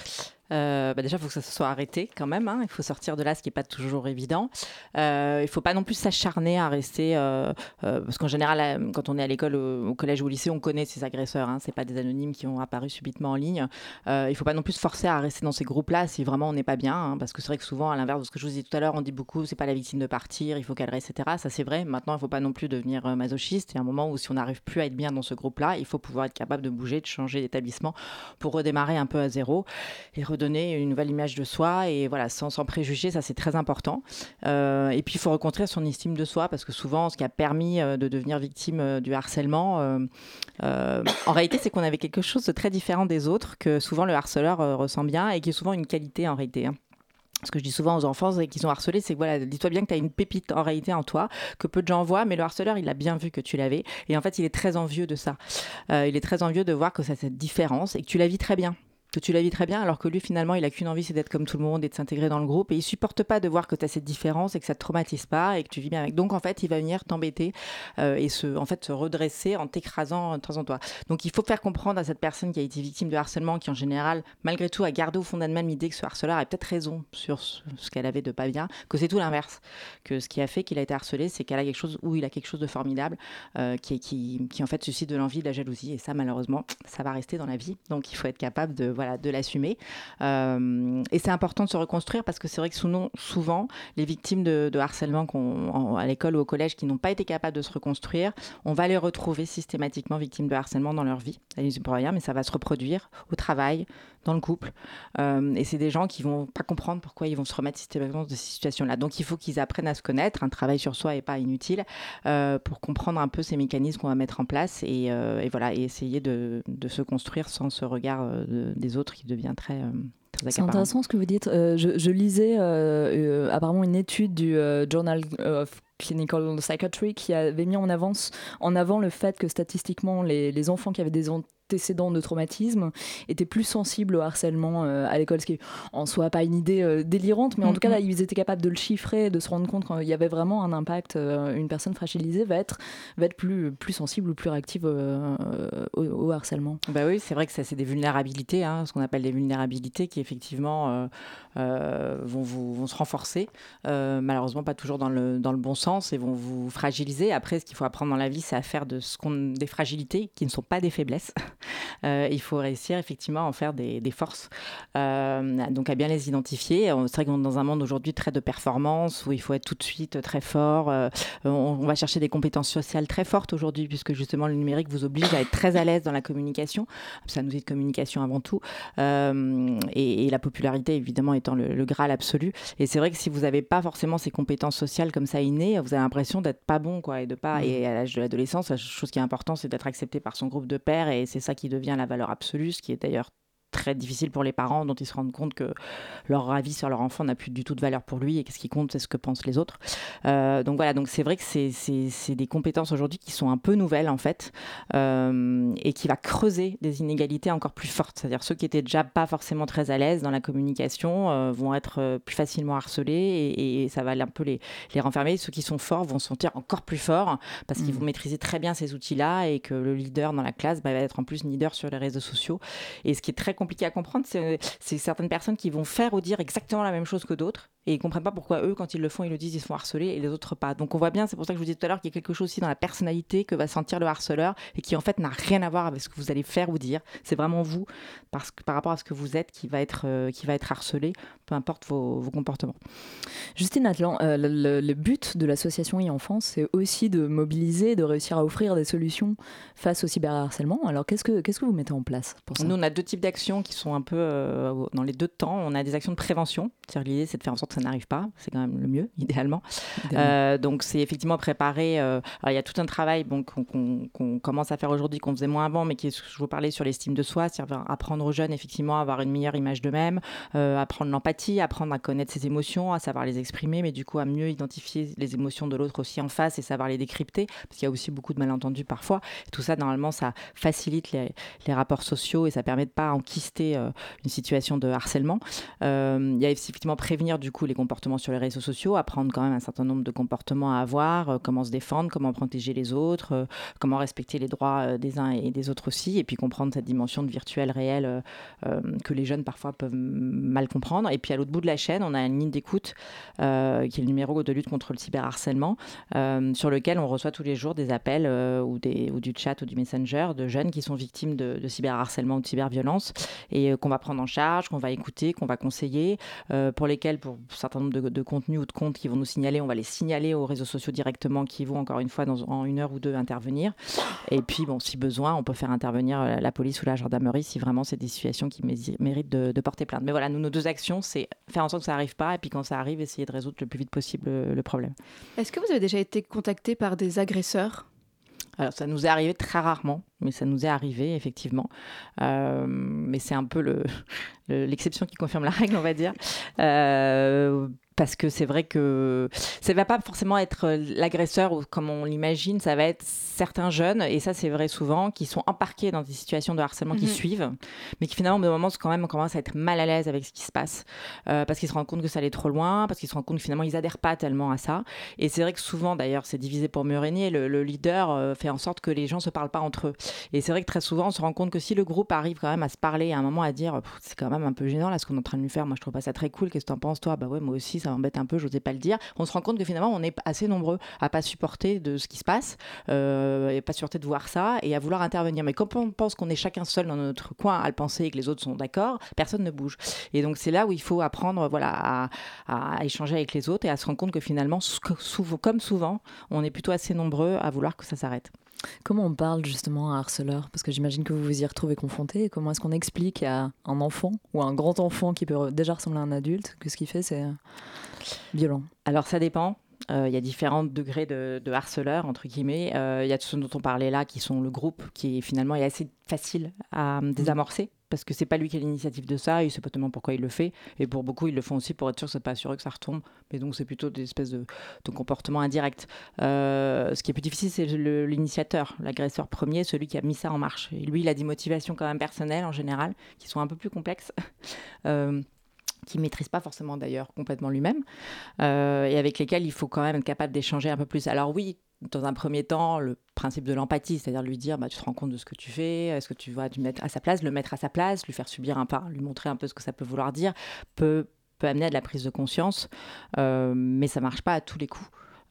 Euh, bah déjà, il faut que ça se soit arrêté quand même. Hein. Il faut sortir de là, ce qui n'est pas toujours évident. Euh, il ne faut pas non plus s'acharner à rester... Euh, euh, parce qu'en général, quand on est à l'école, au, au collège ou au lycée, on connaît ces agresseurs. Hein. Ce n'est pas des anonymes qui ont apparu subitement en ligne. Euh, il ne faut pas non plus se forcer à rester dans ces groupes-là si vraiment on n'est pas bien. Hein, parce que c'est vrai que souvent, à l'inverse de ce que je vous disais tout à l'heure, on dit beaucoup, c'est pas la victime de partir, il faut qu'elle reste, et cetera. Ça, c'est vrai. Maintenant, il ne faut pas non plus devenir euh, masochiste. Il y a un moment où si on n'arrive plus à être bien dans ce groupe-là, il faut pouvoir être capable de bouger, de changer d'établissement pour redémarrer un peu à zéro et redonner une nouvelle image de soi et voilà, sans, sans préjugés, ça c'est très important. Euh, et puis il faut reconstruire son estime de soi parce que souvent ce qui a permis euh, de devenir victime euh, du harcèlement, euh, euh, en réalité c'est qu'on avait quelque chose de très différent des autres, que souvent le harceleur euh, ressent bien et qui est souvent une qualité en réalité. Hein. Ce que je dis souvent aux enfants qui sont harcelés, c'est que voilà, dis-toi bien que tu as une pépite en réalité en toi, que peu de gens voient, mais le harceleur, il a bien vu que tu l'avais. Et en fait, il est très envieux de ça. Euh, il est très envieux de voir que ça a cette différence et que tu la vis très bien. que tu la vis très bien, alors que lui, finalement, il a qu'une envie, c'est d'être comme tout le monde et de s'intégrer dans le groupe. Et il supporte pas de voir que tu as cette différence et que ça te traumatise pas et que tu vis bien avec. Donc, en fait, il va venir t'embêter euh, et se, en fait, se redresser en t'écrasant de temps en temps. Donc, il faut faire comprendre à cette personne qui a été victime de harcèlement, qui en général, malgré tout, a gardé au fond d'elle-même l'idée que ce harceleur a peut-être raison sur ce, ce qu'elle avait de pas bien, que c'est tout l'inverse. Que ce qui a fait qu'il a été harcelé, c'est qu'elle a quelque chose, ou il a quelque chose de formidable euh, qui, qui, qui, en fait, suscite de l'envie, de la jalousie. Et ça, malheureusement, ça va rester dans la vie. Donc, il faut être capable de, voilà, de l'assumer. Euh, et c'est important de se reconstruire parce que c'est vrai que souvent, souvent les victimes de, de harcèlement qu'on, en, à l'école ou au collège qui n'ont pas été capables de se reconstruire, on va les retrouver systématiquement victimes de harcèlement dans leur vie. Elles ne pour rien, mais ça va se reproduire au travail, dans le couple. Euh, et c'est des gens qui ne vont pas comprendre pourquoi ils vont se remettre systématiquement dans ces situations-là. Donc, il faut qu'ils apprennent à se connaître. Un travail sur soi n'est pas inutile euh, pour comprendre un peu ces mécanismes qu'on va mettre en place et, euh, et, voilà, et essayer de, de se construire sans ce regard euh, de, des autres qui devient très... Euh, C'est intéressant ce que vous dites. Euh, je, je lisais euh, euh, apparemment une étude du euh, Journal of Clinical Psychiatry qui avait mis en, avance, en avant le fait que statistiquement, les, les enfants qui avaient des antécédents de traumatisme étaient plus sensibles au harcèlement euh, à l'école, ce qui est en soi pas une idée euh, délirante, mais en mm-hmm. tout cas, là, ils étaient capables de le chiffrer, de se rendre compte qu'il y avait vraiment un impact. Euh, une personne fragilisée va être, va être plus, plus sensible ou plus réactive euh, au, au harcèlement. Bah oui, c'est vrai que ça, c'est des vulnérabilités, hein, ce qu'on appelle des vulnérabilités qui, effectivement, euh, euh, vont, vous, vont se renforcer. Euh, malheureusement, pas toujours dans le, dans le bon sens et vont vous fragiliser. Après, ce qu'il faut apprendre dans la vie, c'est à faire de ce qu'on, des fragilités qui ne sont pas des faiblesses. Euh, il faut réussir effectivement à en faire des, des forces. Euh, donc à bien les identifier. C'est vrai qu'on est dans un monde aujourd'hui très de performance où il faut être tout de suite très fort. Euh, on, on va chercher des compétences sociales très fortes aujourd'hui puisque justement le numérique vous oblige à être très à l'aise dans la communication. C'est un outil de communication avant tout. Euh, et, et la popularité évidemment étant le, le graal absolu. Et c'est vrai que si vous n'avez pas forcément ces compétences sociales comme ça innées, vous avez l'impression d'être pas bon quoi, et de pas. Mmh. Et à l'âge de l'adolescence, la chose qui est importante, c'est d'être accepté par son groupe de pairs et c'est ça qui devient la valeur absolue, ce qui est d'ailleurs très difficile pour les parents dont ils se rendent compte que leur avis sur leur enfant n'a plus du tout de valeur pour lui et qu'est-ce qui compte, c'est ce que pensent les autres. Euh, donc voilà, donc c'est vrai que c'est, c'est, c'est des compétences aujourd'hui qui sont un peu nouvelles en fait euh, et qui va creuser des inégalités encore plus fortes. C'est-à-dire ceux qui étaient déjà pas forcément très à l'aise dans la communication euh, vont être plus facilement harcelés et, et ça va un peu les, les renfermer. Ceux qui sont forts vont se sentir encore plus forts parce qu'ils mmh. vont maîtriser très bien ces outils-là et que le leader dans la classe bah, va être en plus leader sur les réseaux sociaux. Et ce qui est très compliqué à comprendre, c'est, c'est certaines personnes qui vont faire ou dire exactement la même chose que d'autres et ils ne comprennent pas pourquoi eux, quand ils le font, ils le disent, ils se font harceler et les autres pas. Donc on voit bien, c'est pour ça que je vous disais tout à l'heure qu'il y a quelque chose aussi dans la personnalité que va sentir le harceleur et qui en fait n'a rien à voir avec ce que vous allez faire ou dire. C'est vraiment vous, parce que, par rapport à ce que vous êtes, qui va être, euh, qui va être harcelé, peu importe vos, vos comportements. Justine Atlan, euh, le, le but de l'association e-Enfance, c'est aussi de mobiliser, de réussir à offrir des solutions face au cyberharcèlement. Alors qu'est-ce que, qu'est-ce que vous mettez en place pour ça ? Nous, on a deux types d'actions qui sont un peu euh, dans les deux temps. On a des actions de prévention, c'est-à-dire l'idée c'est de faire en sorte que ça n'arrive pas. C'est quand même le mieux, idéalement. Euh, donc, c'est effectivement préparer. Euh, alors, il y a tout un travail bon, qu'on, qu'on, qu'on commence à faire aujourd'hui, qu'on faisait moins avant, mais qui est, je vous parlais sur l'estime de soi, c'est-à-dire apprendre aux jeunes, effectivement, à avoir une meilleure image d'eux-mêmes, euh, apprendre l'empathie, apprendre à connaître ses émotions, à savoir les exprimer, mais du coup, à mieux identifier les émotions de l'autre aussi en face et savoir les décrypter, parce qu'il y a aussi beaucoup de malentendus parfois. Et tout ça, normalement, ça facilite les, les rapports sociaux et ça permet de pas enquister euh, une situation de harcèlement. Euh, il y a effectivement prévenir du coup les comportements sur les réseaux sociaux, apprendre quand même un certain nombre de comportements à avoir, euh, comment se défendre, comment protéger les autres, euh, comment respecter les droits euh, des uns et des autres aussi, et puis comprendre cette dimension de virtuel réel euh, euh, que les jeunes parfois peuvent mal comprendre. Et puis à l'autre bout de la chaîne, on a une ligne d'écoute euh, qui est le numéro de lutte contre le cyberharcèlement, euh, sur lequel on reçoit tous les jours des appels euh, ou, des, ou du chat ou du messenger de jeunes qui sont victimes de, de cyberharcèlement ou de cyberviolence et euh, qu'on va prendre en charge, qu'on va écouter, qu'on va conseiller, euh, pour lesquels, pour un certain nombre de, de contenus ou de comptes qui vont nous signaler, on va les signaler aux réseaux sociaux directement qui vont encore une fois dans, en une heure ou deux intervenir. Et puis, bon, si besoin, on peut faire intervenir la, la police ou la gendarmerie si vraiment c'est des situations qui mé- méritent de, de porter plainte. Mais voilà, nous, nos deux actions, c'est faire en sorte que ça n'arrive pas et puis quand ça arrive, essayer de résoudre le plus vite possible le, le problème. Est-ce que vous avez déjà été contacté par des agresseurs ? Alors, ça nous est arrivé très rarement, mais ça nous est arrivé, effectivement. Euh, mais c'est un peu le, le, l'exception qui confirme la règle, on va dire. Euh, parce que c'est vrai que ça ne va pas forcément être l'agresseur ou comme on l'imagine, ça va être certains jeunes, et ça c'est vrai souvent, qui sont embarqués dans des situations de harcèlement, mmh. qui suivent, mais qui finalement au bout d'un moment quand même commencent à être mal à l'aise avec ce qui se passe, euh, parce qu'ils se rendent compte que ça allait trop loin, parce qu'ils se rendent compte que finalement ils n'adhèrent pas tellement à ça. Et c'est vrai que souvent, d'ailleurs, c'est divisé pour mieux régner, le, le leader euh, fait en sorte que les gens ne se parlent pas entre eux. Et c'est vrai que très souvent, on se rend compte que si le groupe arrive quand même à se parler, à un moment à dire « c'est quand même un peu gênant là ce qu'on est en train de lui faire, moi je trouve pas ça très cool, qu'est-ce que t'en penses toi ?» Bah ouais, moi aussi, ça m'embête un peu, j'osais pas le dire. On se rend compte que finalement, on est assez nombreux à pas supporter de ce qui se passe, euh, et pas supporter de voir ça, et à vouloir intervenir. Mais quand on pense qu'on est chacun seul dans notre coin à le penser et que les autres sont d'accord, personne ne bouge. Et donc c'est là où il faut apprendre voilà, à, à échanger avec les autres et à se rendre compte que finalement, souvent, comme souvent, on est plutôt assez nombreux à vouloir que ça s'arrête. Comment on parle justement à un harceleur ? Parce que j'imagine que vous vous y retrouvez confronté. Comment est-ce qu'on explique à un enfant ou à un grand enfant qui peut déjà ressembler à un adulte que ce qu'il fait, c'est violent ? Alors ça dépend. Il euh, y a différents degrés de, de harceleurs, entre guillemets. Il euh, y a ceux dont on parlait là, qui sont le groupe, qui finalement est assez facile à um, désamorcer, parce que c'est pas lui qui a l'initiative de ça, il sait pas tellement pourquoi il le fait, et pour beaucoup, ils le font aussi pour être sûr que c'est pas assuré que ça retombe, mais donc c'est plutôt des espèces de, de comportements indirects. Euh, ce qui est plus difficile, c'est le, l'initiateur, l'agresseur premier, celui qui a mis ça en marche. Et lui, il a des motivations quand même personnelles, en général, qui sont un peu plus complexes. euh, qui ne maîtrise pas forcément d'ailleurs complètement lui-même, euh, et avec lesquels il faut quand même être capable d'échanger un peu plus. Alors oui, dans un premier temps, le principe de l'empathie, c'est-à-dire lui dire bah, tu te rends compte de ce que tu fais, est-ce que tu vas te mettre à sa place, le mettre à sa place, lui faire subir un pas, lui montrer un peu ce que ça peut vouloir dire, peut, peut amener à de la prise de conscience, euh, mais ça ne marche pas à tous les coups.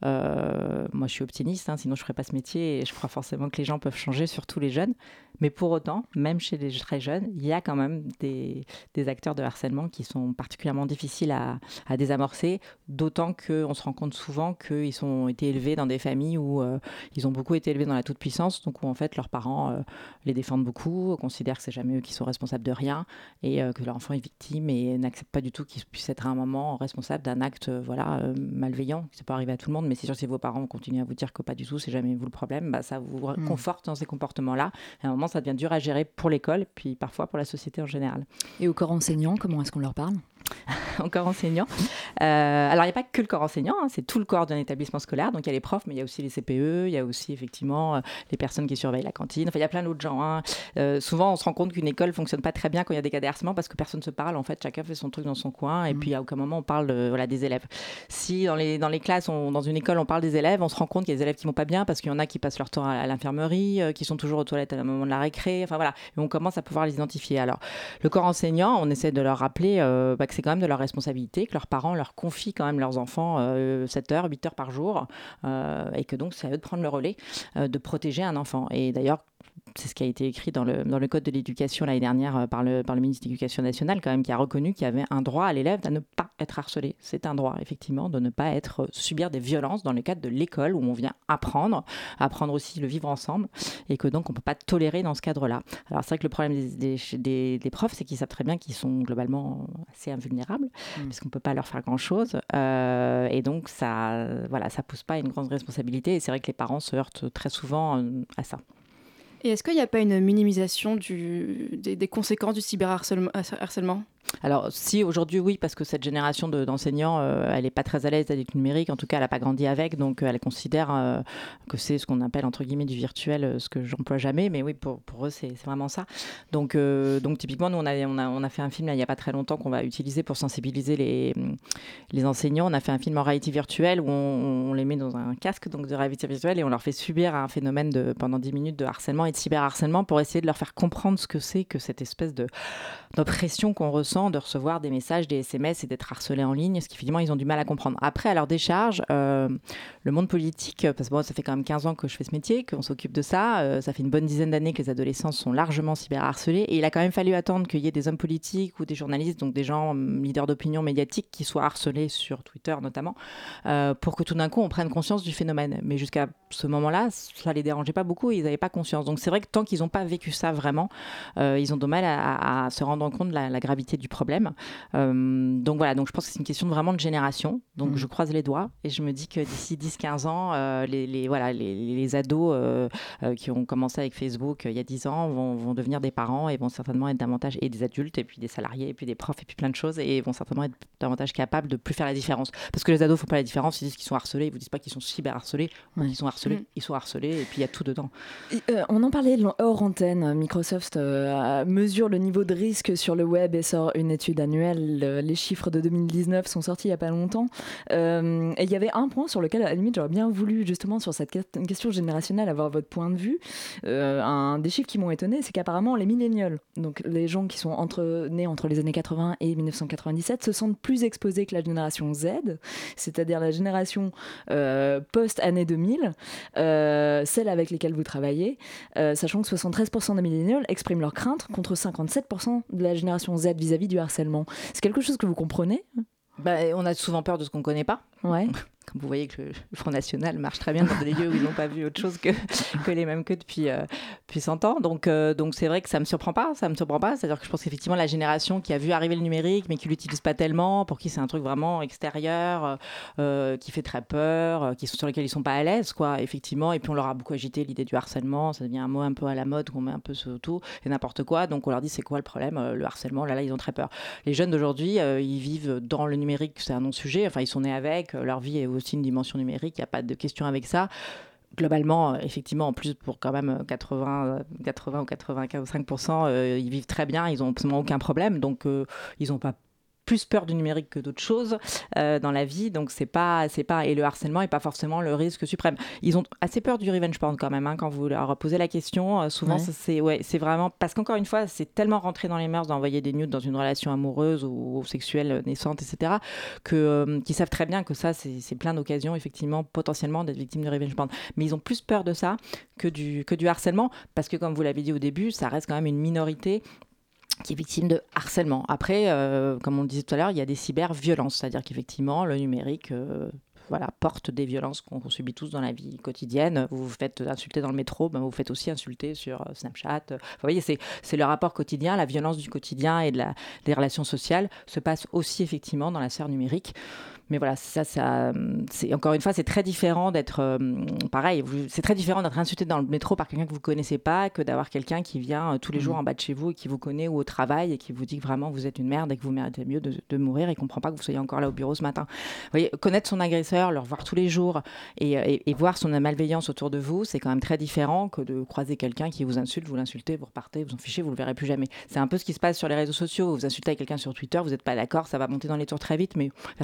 Euh, moi, je suis optimiste, hein, sinon je ne ferais pas ce métier et je crois forcément que les gens peuvent changer, surtout les jeunes. Mais pour autant, même chez les très jeunes, il y a quand même des, des acteurs de harcèlement qui sont particulièrement difficiles à, à désamorcer, d'autant qu'on se rend compte souvent qu'ils ont été élevés dans des familles où euh, ils ont beaucoup été élevés dans la toute-puissance, donc où en fait leurs parents euh, les défendent beaucoup, considèrent que c'est jamais eux qui sont responsables de rien et euh, que leur enfant est victime et n'acceptent pas du tout qu'ils puissent être à un moment responsable d'un acte euh, voilà, euh, malveillant. Ça peut arriver à tout le monde, mais c'est sûr que si vos parents continuent à vous dire que pas du tout, c'est jamais vous le problème, bah, ça vous mmh. conforte dans ces comportements-là. Et à un moment, ça devient dur à gérer pour l'école, puis parfois pour la société en général. Et au corps enseignant, comment est-ce qu'on leur parle ? Au corps enseignant. Euh, alors, il n'y a pas que le corps enseignant, hein, c'est tout le corps d'un établissement scolaire. Donc, il y a les profs, mais il y a aussi les C P E, il y a aussi effectivement euh, les personnes qui surveillent la cantine. Enfin, il y a plein d'autres gens. Hein. Euh, souvent, on se rend compte qu'une école ne fonctionne pas très bien quand il y a des cas de harcèlement parce que personne ne se parle. En fait, chacun fait son truc dans son coin et mmh. puis à aucun moment on parle de, voilà, des élèves. Si dans les, dans les classes, on, dans une école, on parle des élèves, on se rend compte qu'il y a des élèves qui ne vont pas bien parce qu'il y en a qui passent leur temps à, à l'infirmerie, euh, qui sont toujours aux toilettes à un moment de la récré. Enfin, voilà. Et on commence à pouvoir les identifier. Alors, le corps enseignant, on essaie de leur rappeler euh, bah, que c'est quand même de leur responsabilité, que leurs parents leur confient quand même leurs enfants euh, sept heures, huit heures par jour euh, et que donc c'est à eux de prendre le relais, euh, de protéger un enfant. Et d'ailleurs, c'est ce qui a été écrit dans le, dans le Code de l'éducation l'année dernière par le, par le ministre de l'Éducation nationale, quand même, qui a reconnu qu'il y avait un droit à l'élève à ne pas être harcelé. C'est un droit, effectivement, de ne pas être, subir des violences dans le cadre de l'école où on vient apprendre, apprendre aussi le vivre ensemble et que donc on ne peut pas tolérer dans ce cadre-là. Alors c'est vrai que le problème des, des, des, des profs, c'est qu'ils savent très bien qu'ils sont globalement assez invulnérables mmh. parce qu'on ne peut pas leur faire grand-chose euh, et donc ça voilà, ça pousse pas à une grande responsabilité et c'est vrai que les parents se heurtent très souvent euh, à ça. Et est-ce qu'il n'y a pas une minimisation du, des, des conséquences du cyberharcèlement ? Alors si aujourd'hui oui, parce que cette génération de, d'enseignants euh, elle n'est pas très à l'aise avec le numérique, en tout cas elle n'a pas grandi avec, donc euh, elle considère euh, que c'est ce qu'on appelle entre guillemets du virtuel, euh, ce que j'emploie jamais, mais oui pour, pour eux c'est, c'est vraiment ça. Donc, euh, donc typiquement nous on a, on, a, on a fait un film là, il n'y a pas très longtemps qu'on va utiliser pour sensibiliser les, les enseignants. On a fait un film en réalité virtuelle où on, on les met dans un casque donc de réalité virtuelle et on leur fait subir un phénomène de, pendant dix minutes de harcèlement et de cyberharcèlement pour essayer de leur faire comprendre ce que c'est que cette espèce de, d'oppression qu'on ressent de recevoir des messages, des S M S et d'être harcelés en ligne, ce qu'effectivement ils ont du mal à comprendre. Après, à leur décharge, euh, le monde politique, parce que bon, ça fait quand même quinze ans que je fais ce métier, qu'on s'occupe de ça, euh, ça fait une bonne dizaine d'années que les adolescents sont largement cyberharcelés et il a quand même fallu attendre qu'il y ait des hommes politiques ou des journalistes, donc des gens leaders d'opinion médiatique qui soient harcelés sur Twitter notamment, euh, pour que tout d'un coup on prenne conscience du phénomène. Mais jusqu'à ce moment-là, ça les dérangeait pas beaucoup et ils n'avaient pas conscience. Donc c'est vrai que tant qu'ils n'ont pas vécu ça vraiment, euh, ils ont du mal à, à, à se rendre compte de la, la gravité du problème. Euh, donc voilà, donc je pense que c'est une question de, vraiment de génération. Donc mmh. je croise les doigts et je me dis que d'ici dix quinze ans, euh, les, les, voilà, les, les ados euh, euh, qui ont commencé avec Facebook euh, il y a dix ans vont, vont devenir des parents et vont certainement être davantage, et des adultes, et puis des salariés, et puis des profs, et puis plein de choses, et vont certainement être davantage capables de plus faire la différence. Parce que les ados ne font pas la différence, ils disent qu'ils sont harcelés, ils ne vous disent pas qu'ils sont cyberharcelés, ouais. ou qu'ils sont harcelés, mmh. ils sont harcelés, et puis il y a tout dedans. Et, euh, on en parlait hors antenne, Microsoft euh, mesure le niveau de risque sur le web et sort une étude annuelle. Les chiffres de deux mille dix-neuf sont sortis il n'y a pas longtemps. Euh, et il y avait un point sur lequel, à la limite, j'aurais bien voulu, justement, sur cette question générationnelle, avoir votre point de vue. Euh, un des chiffres qui m'ont étonné, c'est qu'apparemment, les millénials, donc les gens qui sont entre, nés entre les années quatre-vingts et dix-neuf cent quatre-vingt-dix-sept, se sentent plus exposés que la génération Z, c'est-à-dire la génération euh, post-année deux mille, euh, celle avec lesquelles vous travaillez, euh, sachant que soixante-treize pour cent des millénials expriment leur crainte contre cinquante-sept pour cent de la génération Z vis-à-vis du harcèlement. C'est quelque chose que vous comprenez ? Bah, on a souvent peur de ce qu'on ne connaît pas. Ouais. Comme vous voyez que le Front National marche très bien dans des lieux où ils n'ont pas vu autre chose que, que les mêmes queues depuis, euh, depuis cent ans. Donc, euh, donc c'est vrai que ça ne me surprend pas. Ça me surprend pas. C'est-à-dire que je pense qu'effectivement, la génération qui a vu arriver le numérique, mais qui ne l'utilise pas tellement, pour qui c'est un truc vraiment extérieur, euh, qui fait très peur, qui, sur lequel ils ne sont pas à l'aise, quoi, effectivement. Et puis, on leur a beaucoup agité l'idée du harcèlement. Ça devient un mot un peu à la mode qu'on met un peu sur tout et n'importe quoi. Donc, on leur dit, c'est quoi le problème ? Le harcèlement, là, là, ils ont très peur. Les jeunes d'aujourd'hui, euh, ils vivent dans le numérique, c'est un non-sujet. Enfin, ils sont nés avec. Leur vie est aussi une dimension numérique, il n'y a pas de question avec ça. Globalement, effectivement, en plus, pour quand même quatre-vingts, quatre-vingts ou quatre-vingt-quinze pour cent, euh, ils vivent très bien, ils n'ont absolument aucun problème, donc euh, ils n'ont pas plus peur du numérique que d'autres choses euh, dans la vie, donc c'est pas, c'est pas, et le harcèlement n'est pas forcément le risque suprême. Ils ont assez peur du revenge porn quand même, hein, quand vous leur posez la question, euh, souvent ouais. Ça, c'est, ouais, c'est vraiment, parce qu'encore une fois, c'est tellement rentré dans les mœurs d'envoyer des nudes dans une relation amoureuse ou, ou sexuelle naissante, et cetera, que, euh, qu'ils savent très bien que ça, c'est, c'est plein d'occasions, effectivement, potentiellement d'être victime de revenge porn. Mais ils ont plus peur de ça que du, que du harcèlement, parce que comme vous l'avez dit au début, ça reste quand même une minorité qui est victime de harcèlement. Après, euh, comme on le disait tout à l'heure, il y a des cyber-violences, c'est-à-dire qu'effectivement, le numérique euh, voilà, porte des violences qu'on, qu'on subit tous dans la vie quotidienne. Vous vous faites insulter dans le métro, ben vous vous faites aussi insulter sur Snapchat. Vous voyez, c'est, c'est le rapport quotidien, la violence du quotidien et de la, des relations sociales se passe aussi effectivement dans la sphère numérique. Mais voilà, ça, ça, c'est, encore une fois, c'est très différent d'être, euh, pareil, vous, c'est très différent d'être insulté dans le métro par quelqu'un que vous ne connaissez pas que d'avoir quelqu'un qui vient euh, tous les mmh. jours en bas de chez vous et qui vous connaît ou au travail et qui vous dit que vraiment vous êtes une merde et que vous méritez mieux de, de mourir et ne comprend pas que vous soyez encore là au bureau ce matin. Vous voyez, connaître son agresseur, le revoir tous les jours et, et, et voir son malveillance autour de vous, c'est quand même très différent que de croiser quelqu'un qui vous insulte, vous l'insultez, vous repartez, vous en fichez, vous ne le verrez plus jamais. C'est un peu ce qui se passe sur les réseaux sociaux. Vous insultez quelqu'un sur Twitter, vous n'êtes pas d'accord, ça va monter dans les tours très vite, mais personne ne vous connaît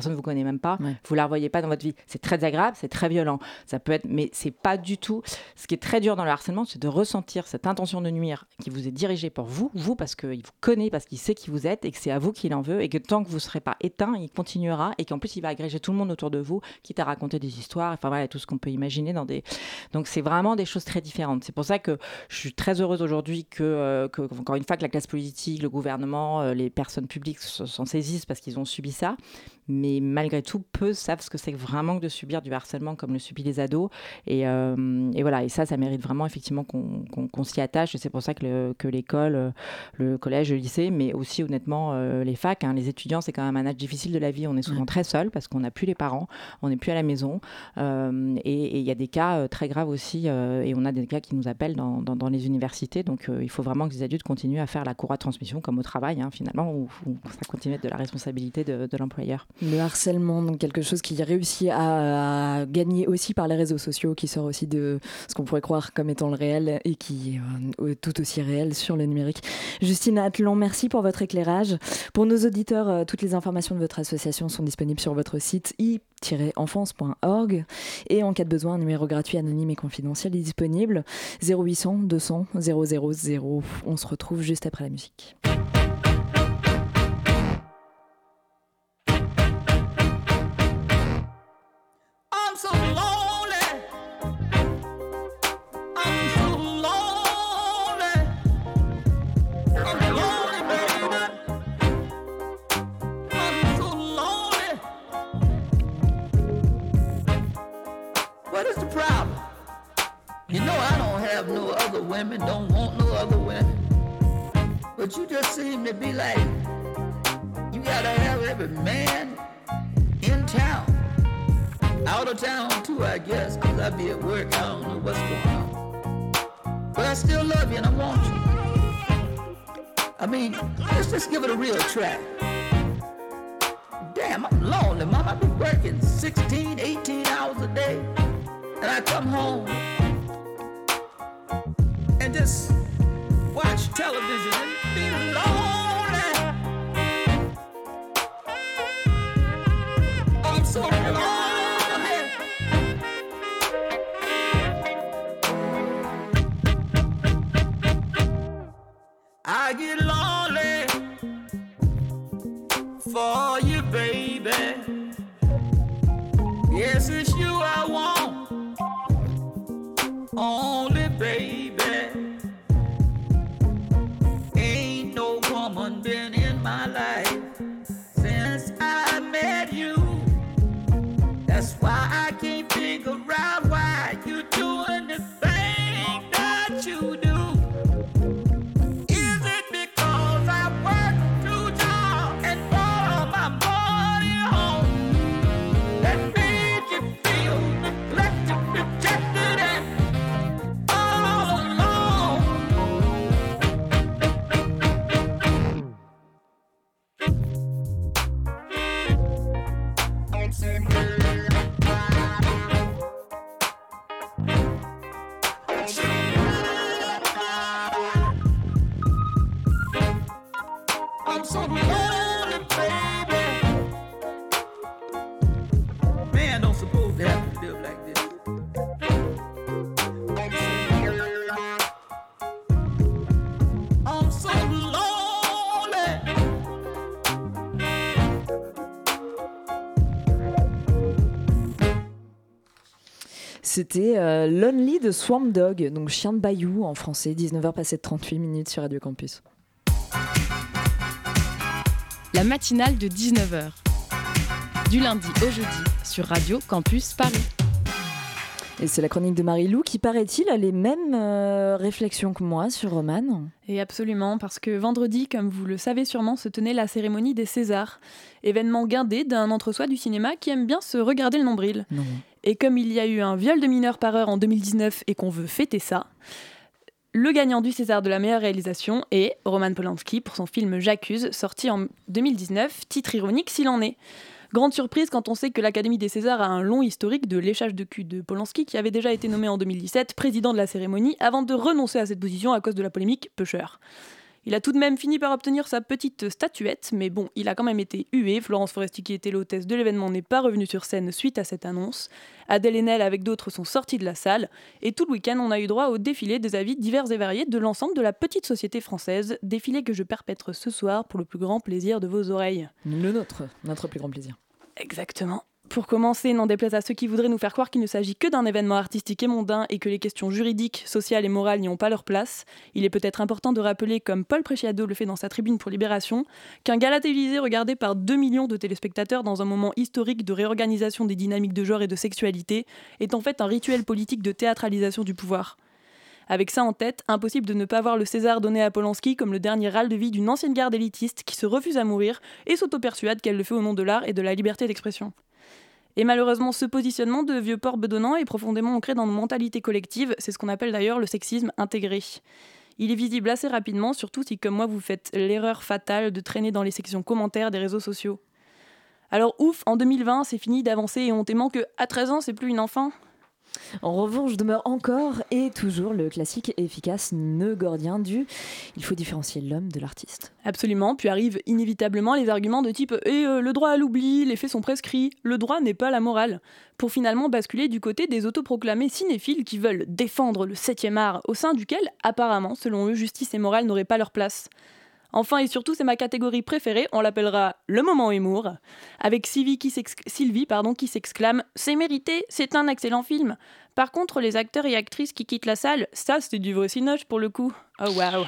même pas, Ouais. vous la revoyez pas dans votre vie. C'est très agréable, c'est très violent. Ça peut être, mais c'est pas du tout. Ce qui est très dur dans le harcèlement, c'est de ressentir cette intention de nuire qui vous est dirigée pour vous, vous parce qu'il vous connaît, parce qu'il sait qui vous êtes et que c'est à vous qu'il en veut et que tant que vous serez pas éteint, il continuera et qu'en plus il va agréger tout le monde autour de vous, quitte à raconter des histoires. Enfin voilà, tout ce qu'on peut imaginer dans des. Donc c'est vraiment des choses très différentes. C'est pour ça que je suis très heureuse aujourd'hui que, euh, que encore une fois, que la classe politique, le gouvernement, euh, les personnes publiques s'en saisissent parce qu'ils ont subi ça. Mais malgré tout, peu savent ce que c'est vraiment que de subir du harcèlement comme le subissent les ados. Et, euh, et voilà, et ça, ça mérite vraiment effectivement qu'on, qu'on, qu'on s'y attache. Et c'est pour ça que, le, que l'école, le collège, le lycée, mais aussi honnêtement euh, les facs, hein, les étudiants, c'est quand même un âge difficile de la vie. On est souvent ouais. très seul parce qu'on n'a plus les parents, on n'est plus à la maison. Euh, et il y a des cas euh, très graves aussi. Euh, et on a des cas qui nous appellent dans, dans, dans les universités. Donc euh, il faut vraiment que les adultes continuent à faire la courroie de transmission comme au travail, hein, finalement, où, où ça continue à être de la responsabilité de, de l'employeur. Le harcèlement, donc quelque chose qui réussit à, à gagner aussi par les réseaux sociaux, qui sort aussi de ce qu'on pourrait croire comme étant le réel et qui est euh, tout aussi réel sur le numérique. Justine Atlan, merci pour votre éclairage. Pour nos auditeurs, euh, toutes les informations de votre association sont disponibles sur votre site i tiret enfance point org et en cas de besoin, un numéro gratuit, anonyme et confidentiel est disponible. zéro huit cents deux cents zéro zéro zéro. On se retrouve juste après la musique. So lonely, I'm so lonely, I'm lonely, baby, I'm so lonely. What is the problem? You know I don't have no other women, don't want no other women, but you just seem to be like, you gotta have every man in town. Out of town too, I guess, cause I be at work, I don't know what's going on. But I still love you and I want you. I mean, let's just give it a real try. Damn, I'm lonely, mom. I be working sixteen, eighteen hours a day. And I come home and just watch television and be lonely. I'm so lonely. I get lonely for you, baby. Yes, it's you I want, only, baby. Ain't no woman been in my life since I met you. That's why I can't figure out why you doing the thing that you do. I'm so lonely, baby. Man, don't suppose they have to live like this. I'm so lonely. C'était euh, Lonely de Swamp Dog, donc Chien de Bayou en français, dix-neuf heures passées de trente-huit minutes sur Radio Campus. La matinale de dix-neuf heures, du lundi au jeudi sur Radio Campus Paris. Et c'est la chronique de Marie-Lou qui, paraît-il, a les mêmes euh, réflexions que moi sur Romane. Et absolument, parce que vendredi, comme vous le savez sûrement, se tenait la cérémonie des Césars. Événement guindé d'un entre-soi du cinéma qui aime bien se regarder le nombril. Non. Et comme il y a eu un viol de mineurs par heure en deux mille dix-neuf et qu'on veut fêter ça, le gagnant du César de la meilleure réalisation est Roman Polanski pour son film J'accuse, sorti en deux mille dix-neuf, titre ironique s'il en est. Grande surprise quand on sait que l'Académie des Césars a un long historique de léchage de cul de Polanski, qui avait déjà été nommé en deux mille dix-sept président de la cérémonie avant de renoncer à cette position à cause de la polémique Pusher. Il a tout de même fini par obtenir sa petite statuette, mais bon, il a quand même été hué. Florence Foresti, qui était l'hôtesse de l'événement, n'est pas revenue sur scène suite à cette annonce. Adèle Haenel, avec d'autres, sont sortis de la salle. Et tout le week-end, on a eu droit au défilé des avis divers et variés de l'ensemble de la petite société française. Défilé que je perpètre ce soir pour le plus grand plaisir de vos oreilles. Le nôtre, notre plus grand plaisir. Exactement. Pour commencer, n'en déplaise à ceux qui voudraient nous faire croire qu'il ne s'agit que d'un événement artistique et mondain et que les questions juridiques, sociales et morales n'y ont pas leur place, il est peut-être important de rappeler, comme Paul Preciado le fait dans sa tribune pour Libération, qu'un gala télévisé regardé par deux millions de téléspectateurs dans un moment historique de réorganisation des dynamiques de genre et de sexualité est en fait un rituel politique de théâtralisation du pouvoir. Avec ça en tête, impossible de ne pas voir le César donné à Polanski comme le dernier râle de vie d'une ancienne garde élitiste qui se refuse à mourir et s'auto-persuade qu'elle le fait au nom de l'art et de la liberté d'expression. Et malheureusement, ce positionnement de vieux porc bedonnant est profondément ancré dans nos mentalités collectives, c'est ce qu'on appelle d'ailleurs le sexisme intégré. Il est visible assez rapidement, surtout si comme moi vous faites l'erreur fatale de traîner dans les sections commentaires des réseaux sociaux. Alors ouf, en deux mille vingt, c'est fini d'avancer et hontément que à treize ans, c'est plus une enfant. En revanche, demeure encore et toujours le classique et efficace nœud gordien du « il faut différencier l'homme de l'artiste ». Absolument, puis arrivent inévitablement les arguments de type « et euh, le droit à l'oubli, les faits sont prescrits, le droit n'est pas la morale », pour finalement basculer du côté des autoproclamés cinéphiles qui veulent défendre le septième art, au sein duquel, apparemment, selon eux, justice et morale n'auraient pas leur place. Enfin et surtout, c'est ma catégorie préférée, on l'appellera le moment humour, avec Sylvie qui, Sylvie, pardon, qui s'exclame « c'est mérité, c'est un excellent film ». Par contre, les acteurs et actrices qui quittent la salle, ça c'est du vrai cinoche pour le coup. Oh waouh.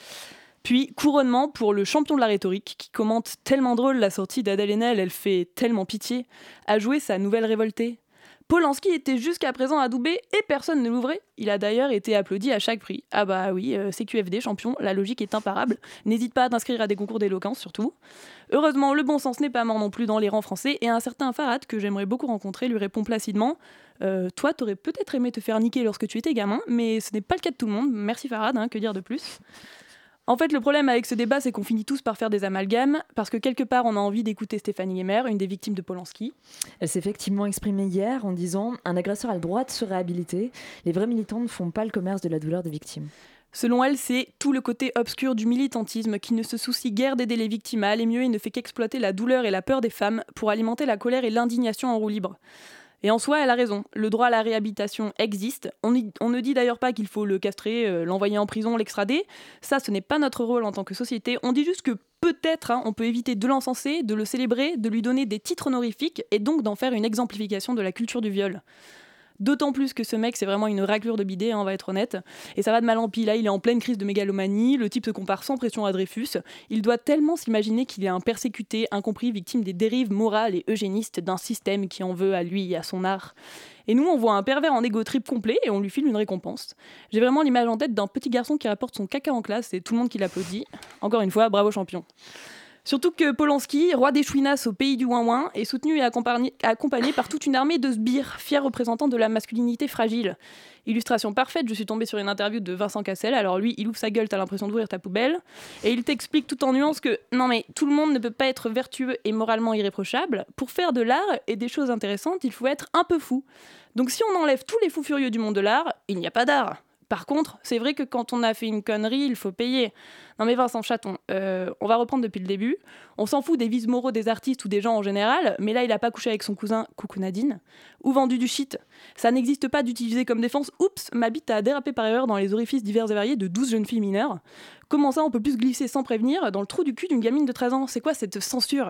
Puis, couronnement pour le champion de la rhétorique, qui commente tellement drôle la sortie d'Adèle Haenel, elle fait tellement pitié, à jouer sa nouvelle révoltée. Polanski était jusqu'à présent adoubé et personne ne l'ouvrait. Il a d'ailleurs été applaudi à chaque prix. Ah bah oui, euh, C Q F D, champion, la logique est imparable. N'hésite pas à t'inscrire à des concours d'éloquence surtout. Heureusement, le bon sens n'est pas mort non plus dans les rangs français et un certain Farhad, que j'aimerais beaucoup rencontrer, lui répond placidement euh, « Toi, t'aurais peut-être aimé te faire niquer lorsque tu étais gamin, mais ce n'est pas le cas de tout le monde. Merci Farhad, hein, que dire de plus ?» En fait, le problème avec ce débat, c'est qu'on finit tous par faire des amalgames, parce que quelque part, on a envie d'écouter Stéphanie Guémer, une des victimes de Polanski. Elle s'est effectivement exprimée hier en disant « Un agresseur a le droit de se réhabiliter. Les vrais militants ne font pas le commerce de la douleur des victimes. » Selon elle, c'est tout le côté obscur du militantisme qui ne se soucie guère d'aider les victimes à aller mieux et ne fait qu'exploiter la douleur et la peur des femmes pour alimenter la colère et l'indignation en roue libre. Et en soi, elle a raison. Le droit à la réhabilitation existe. On, y, on ne dit d'ailleurs pas qu'il faut le castrer, euh, l'envoyer en prison, l'extrader. Ça, ce n'est pas notre rôle en tant que société. On dit juste que peut-être hein, on peut éviter de l'encenser, de le célébrer, de lui donner des titres honorifiques et donc d'en faire une exemplification de la culture du viol. D'autant plus que ce mec, c'est vraiment une raclure de bidet, hein, on va être honnête. Et ça va de mal en pis. Là, il est en pleine crise de mégalomanie. Le type se compare sans pression à Dreyfus. Il doit tellement s'imaginer qu'il est un persécuté, incompris, victime des dérives morales et eugénistes d'un système qui en veut à lui et à son art. Et nous, on voit un pervers en égo trip complet et on lui file une récompense. J'ai vraiment l'image en tête d'un petit garçon qui rapporte son caca en classe et tout le monde qui l'applaudit. Encore une fois, bravo champion. Surtout que Polanski, roi des chouinasses au pays du ouin-ouin, est soutenu et accompagné, accompagné par toute une armée de sbires, fiers représentants de la masculinité fragile. Illustration parfaite, je suis tombée sur une interview de Vincent Cassel. Alors lui, il ouvre sa gueule, t'as l'impression d'ouvrir ta poubelle. Et il t'explique tout en nuance que non mais tout le monde ne peut pas être vertueux et moralement irréprochable. Pour faire de l'art et des choses intéressantes, il faut être un peu fou. Donc si on enlève tous les fous furieux du monde de l'art, il n'y a pas d'art. Par contre, c'est vrai que quand on a fait une connerie, il faut payer. Non mais Vincent Chaton, euh, on va reprendre depuis le début. On s'en fout des vices moraux des artistes ou des gens en général, mais là il a pas couché avec son cousin, coucou Nadine, ou vendu du shit. Ça n'existe pas d'utiliser comme défense, oups, ma bite a dérapé par erreur dans les orifices divers et variés de douze jeunes filles mineures. Comment ça on peut plus se glisser sans prévenir dans le trou du cul d'une gamine de treize ans? C'est quoi cette censure?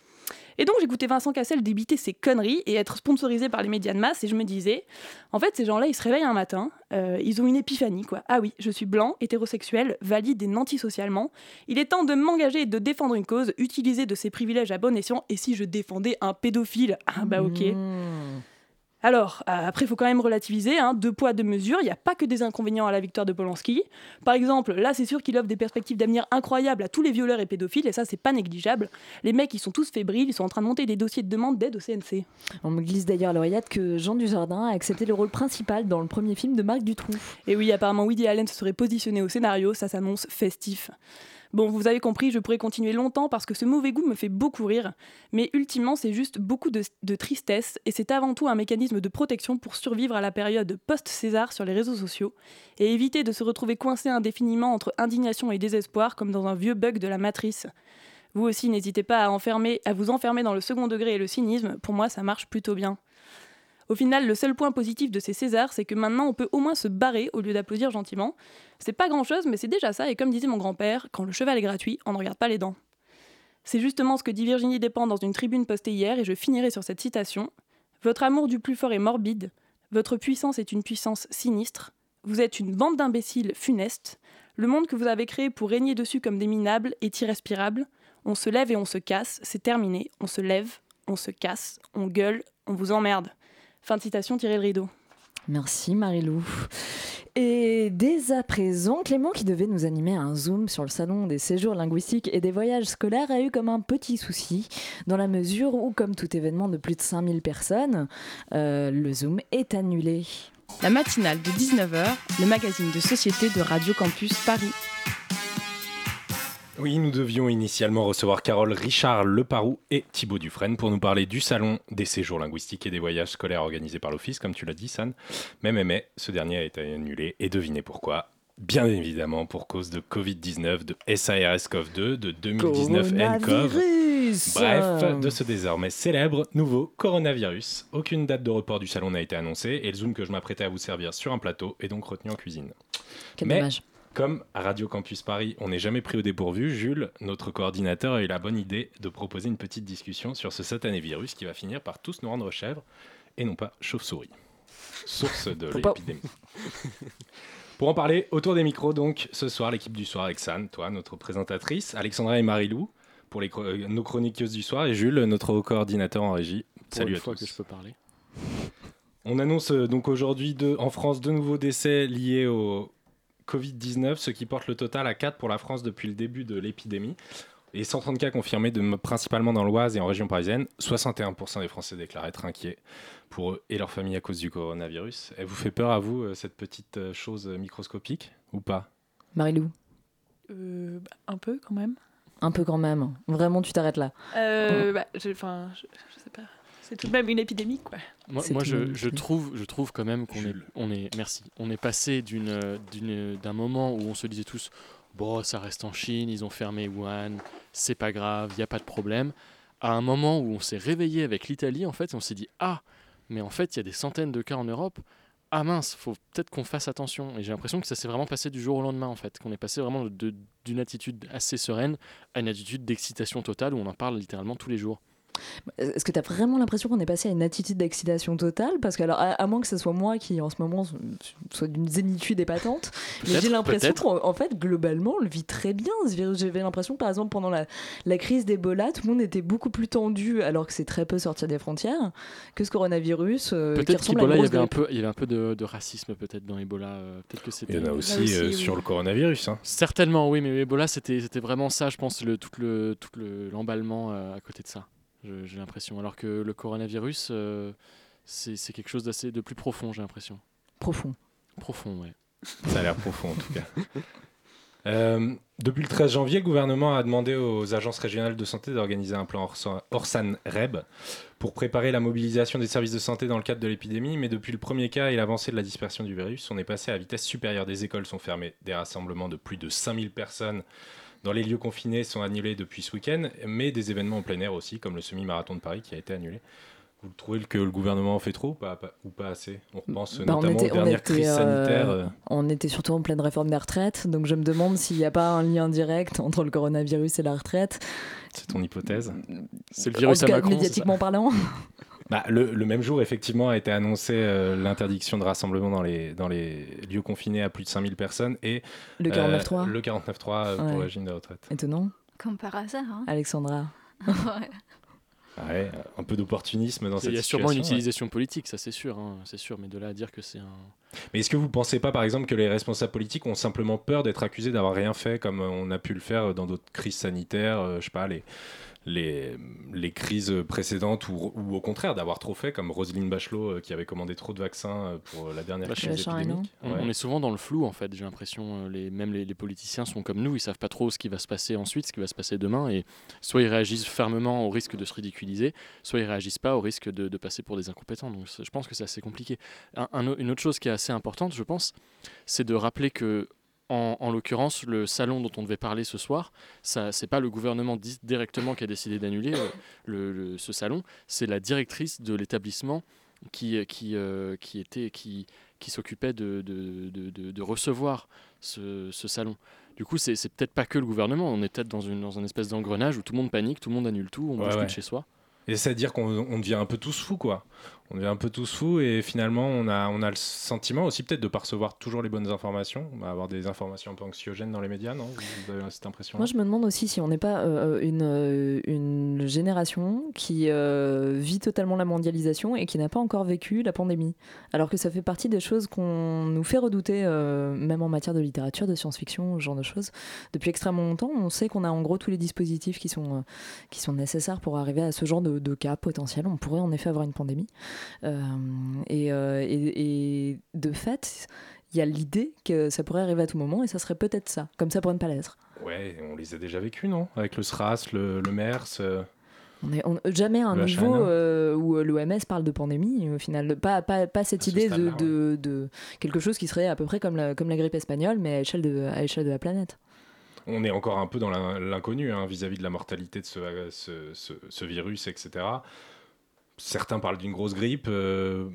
Et donc j'écoutais Vincent Cassel débiter ses conneries et être sponsorisé par les médias de masse et je me disais, en fait ces gens-là ils se réveillent un matin, euh, ils ont une épiphanie quoi. Ah oui, je suis blanc, hétérosexuel, valide et nanti socialement. Il est temps de m'engager et de défendre une cause, utiliser de ces privilèges à bon escient et si je défendais un pédophile? Ah bah ok. Mmh. Alors, euh, après, il faut quand même relativiser, hein, deux poids, deux mesures, il n'y a pas que des inconvénients à la victoire de Polanski. Par exemple, là, c'est sûr qu'il offre des perspectives d'avenir incroyables à tous les violeurs et pédophiles, et ça, c'est pas négligeable. Les mecs, ils sont tous fébriles, ils sont en train de monter des dossiers de demande d'aide au C N C. On me glisse d'ailleurs à l'oreillette que Jean Dujardin a accepté le rôle principal dans le premier film de Marc Dutroux. Et oui, apparemment, Woody Allen se serait positionné au scénario, ça s'annonce festif. Bon, vous avez compris, je pourrais continuer longtemps parce que ce mauvais goût me fait beaucoup rire, mais ultimement, c'est juste beaucoup de, de tristesse et c'est avant tout un mécanisme de protection pour survivre à la période post-César sur les réseaux sociaux et éviter de se retrouver coincé indéfiniment entre indignation et désespoir comme dans un vieux bug de la matrice. Vous aussi, n'hésitez pas à, enfermer, à vous enfermer dans le second degré et le cynisme, pour moi, ça marche plutôt bien. Au final, le seul point positif de ces Césars, c'est que maintenant on peut au moins se barrer au lieu d'applaudir gentiment. C'est pas grand-chose, mais c'est déjà ça, et comme disait mon grand-père, quand le cheval est gratuit, on ne regarde pas les dents. C'est justement ce que dit Virginie Despentes dans une tribune postée hier, et je finirai sur cette citation. « Votre amour du plus fort est morbide, votre puissance est une puissance sinistre, vous êtes une bande d'imbéciles funestes, le monde que vous avez créé pour régner dessus comme des minables est irrespirable, on se lève et on se casse, c'est terminé, on se lève, on se casse, on gueule, on vous emmerde. » Fin de citation, tirez le rideau. Merci Marie-Lou. Et dès à présent, Clément, qui devait nous animer un Zoom sur le salon des séjours linguistiques et des voyages scolaires, a eu comme un petit souci, dans la mesure où, comme tout événement de plus de cinq mille personnes, euh, le Zoom est annulé. La matinale de dix-neuf heures, le magazine de société de Radio Campus Paris. Oui, nous devions initialement recevoir Carole Richard-Leparoux et Thibaut Dufresne pour nous parler du salon des séjours linguistiques et des voyages scolaires organisés par l'Office, comme tu l'as dit, San. Mais, mais, mais, ce dernier a été annulé, et devinez pourquoi. Bien évidemment pour cause de covid dix-neuf, de S A R S CoV deux, de deux mille dix-neuf N C O V. Bref, de ce désormais célèbre nouveau coronavirus. Aucune date de report du salon n'a été annoncée, et le Zoom que je m'apprêtais à vous servir sur un plateau est donc retenu en cuisine. Quel mais, dommage. Comme à Radio Campus Paris, on n'est jamais pris au dépourvu, Jules, notre coordinateur, a eu la bonne idée de proposer une petite discussion sur ce satané virus qui va finir par tous nous rendre chèvres et non pas chauves-souris. Source de l'épidémie. Pour en parler, autour des micros, donc, ce soir, l'équipe du soir avec San, toi, notre présentatrice, Alexandra et Marie-Lou, pour les cro- nos chroniqueuses du soir, et Jules, notre co-coordinateur en régie. Pour Salut une à fois tous. que je peux parler. On annonce euh, donc aujourd'hui de, en France deux nouveaux décès liés au covid dix-neuf, ce qui porte le total à quatre pour la France depuis le début de l'épidémie. Et cent trente cas confirmés, de, principalement dans l'Oise et en région parisienne. soixante et un pour cent des Français déclarent être inquiets pour eux et leur famille à cause du coronavirus. Elle vous fait peur à vous, cette petite chose microscopique, ou pas ? Marie-Lou, Euh, bah, un peu quand même. un peu quand même. Vraiment, tu t'arrêtes là. Euh, bah, je, enfin, je, je sais pas. C'est tout de même une épidémie, quoi. Moi, C'est moi tout je, le- je trouve, je trouve quand même qu'on est, on est, merci, on est passé d'une, d'une, d'un moment où on se disait tous, bon, ça reste en Chine, ils ont fermé Wuhan, c'est pas grave, il y a pas de problème, à un moment où on s'est réveillé avec l'Italie, en fait, et on s'est dit, ah, mais en fait, il y a des centaines de cas en Europe. Ah mince, faut peut-être qu'on fasse attention. Et j'ai l'impression que ça s'est vraiment passé du jour au lendemain, en fait, qu'on est passé vraiment de, d'une attitude assez sereine à une attitude d'excitation totale où on en parle littéralement tous les jours. Est-ce que tu as vraiment l'impression qu'on est passé à une attitude d'excitation totale ? Parce que, alors, à, à moins que ce soit moi qui, en ce moment, soit d'une zénitude épatante, mais Peut-être, j'ai l'impression peut-être. qu'en en fait, globalement, on le vit très bien, ce virus. J'avais l'impression, par exemple, pendant la, la crise d'Ebola, tout le monde était beaucoup plus tendu, alors que c'est très peu sorti des frontières, que ce coronavirus euh, qui Peut-être ressemble à une qu'Ebola, il y grosse avait un grippe. peu, il y avait un peu de, de racisme peut-être dans Ebola. euh, peut-être que c'était. Il y en a Là aussi, aussi, euh, oui. sur le coronavirus. Hein. Certainement, oui, mais Ebola, c'était, c'était vraiment ça, je pense, le, tout, le, tout le, l'emballement euh, à côté de ça. Je- j'ai l'impression. Alors que le coronavirus, euh, c'est, c'est quelque chose d'assez de plus profond, j'ai l'impression. Profond. Profond, ouais. Ça a l'air profond en tout cas. Euh, depuis le treize janvier, le gouvernement a demandé aux agences régionales de santé d'organiser un plan Orsan- Orsan-REB pour préparer la mobilisation des services de santé dans le cadre de l'épidémie. Mais depuis le premier cas et l'avancée de la dispersion du virus, on est passé à vitesse supérieure. Des écoles sont fermées, des rassemblements de plus de cinq mille personnes dans les lieux confinés sont annulés depuis ce week-end, mais des événements en plein air aussi, comme le semi-marathon de Paris qui a été annulé. Vous trouvez que le gouvernement en fait trop ou pas, pas- ou pas assez ? On repense Bah, on notamment était- aux on dernières était, crises euh, sanitaires. euh, On était surtout en pleine réforme des retraites, donc je me demande s'il n'y a pas un lien direct entre le coronavirus et la retraite. C'est ton hypothèse ? C'est le En virus tout à cas, Macron. c'est ça. médiatiquement parlant. Bah, le, le même jour, effectivement, a été annoncé euh, l'interdiction de rassemblement dans les, dans les lieux confinés à plus de cinq mille personnes et Le euh, quarante-neuf trois. le quarante-neuf trois euh, pour Ouais. le régime de retraite. Étonnant. Comme par hasard. Hein. Alexandra. Ouais. Ouais, un peu d'opportunisme dans cette Il y a situation. sûrement une ouais. utilisation politique, ça c'est sûr, hein, c'est sûr, mais de là à dire que c'est un. Mais est-ce que vous ne pensez pas, par exemple, que les responsables politiques ont simplement peur d'être accusés d'avoir rien fait, comme on a pu le faire dans d'autres crises sanitaires, euh, je sais pas, les, les, les crises précédentes ou, ou au contraire d'avoir trop fait, comme Roselyne Bachelot euh, qui avait commandé trop de vaccins pour la dernière Bah, crise épidémique. On, Ouais. on est souvent dans le flou en fait, j'ai l'impression, les, même les, les politiciens sont comme nous, ils savent pas trop ce qui va se passer ensuite, ce qui va se passer demain, et soit ils réagissent fermement au risque de se ridiculiser, soit ils réagissent pas au risque de, de passer pour des incompétents. Donc je pense que c'est assez compliqué. Un, un, une autre chose qui est assez importante, je pense, c'est de rappeler que En, en l'occurrence, le salon dont on devait parler ce soir, ça, c'est pas le gouvernement di- directement qui a décidé d'annuler euh, le, le- ce salon, c'est la directrice de l'établissement qui, qui, euh, qui, était, qui, qui s'occupait de, de, de, de, de recevoir ce, ce salon. Du coup, c'est, c'est peut-être pas que le gouvernement, on est peut-être dans une, dans une espèce d'engrenage où tout le monde panique, tout le monde annule tout, on Ouais, bouge ouais. tout de chez soi. Et c'est-à-dire qu'on on devient un peu tous fous, quoi. On devient un peu tous fous et finalement, on a, on a le sentiment aussi peut-être de ne pas recevoir toujours les bonnes informations, on va avoir des informations un peu anxiogènes dans les médias, non ? Vous avez cette impression ? Moi, je me demande aussi si on n'est pas euh, une, euh, une génération qui euh, vit totalement la mondialisation et qui n'a pas encore vécu la pandémie. Alors que ça fait partie des choses qu'on nous fait redouter, euh, même en matière de littérature, de science-fiction, ce genre de choses. Depuis extrêmement longtemps, on sait qu'on a en gros tous les dispositifs qui sont, euh, qui sont nécessaires pour arriver à ce genre de, de cas potentiels. On pourrait en effet avoir une pandémie. Euh, et, euh, et, et de fait, il y a l'idée que ça pourrait arriver à tout moment et ça serait peut-être ça, comme ça pour ne pas l'être. Ouais, on les a déjà vécus, non ? Avec le SRAS, le, le MERS. Euh... On est on, jamais à un Le niveau H un N un. euh, où l'O M S parle de pandémie, au final. Pas, pas, pas cette À ce idée de, stade-là, de, de quelque chose qui serait à peu près comme la, comme la grippe espagnole, mais à échelle de, à échelle de la planète. On est encore un peu dans l'in- l'inconnu hein, vis-à-vis de la mortalité de ce, ce, ce, ce virus, et cetera. Certains parlent d'une grosse grippe. Euh,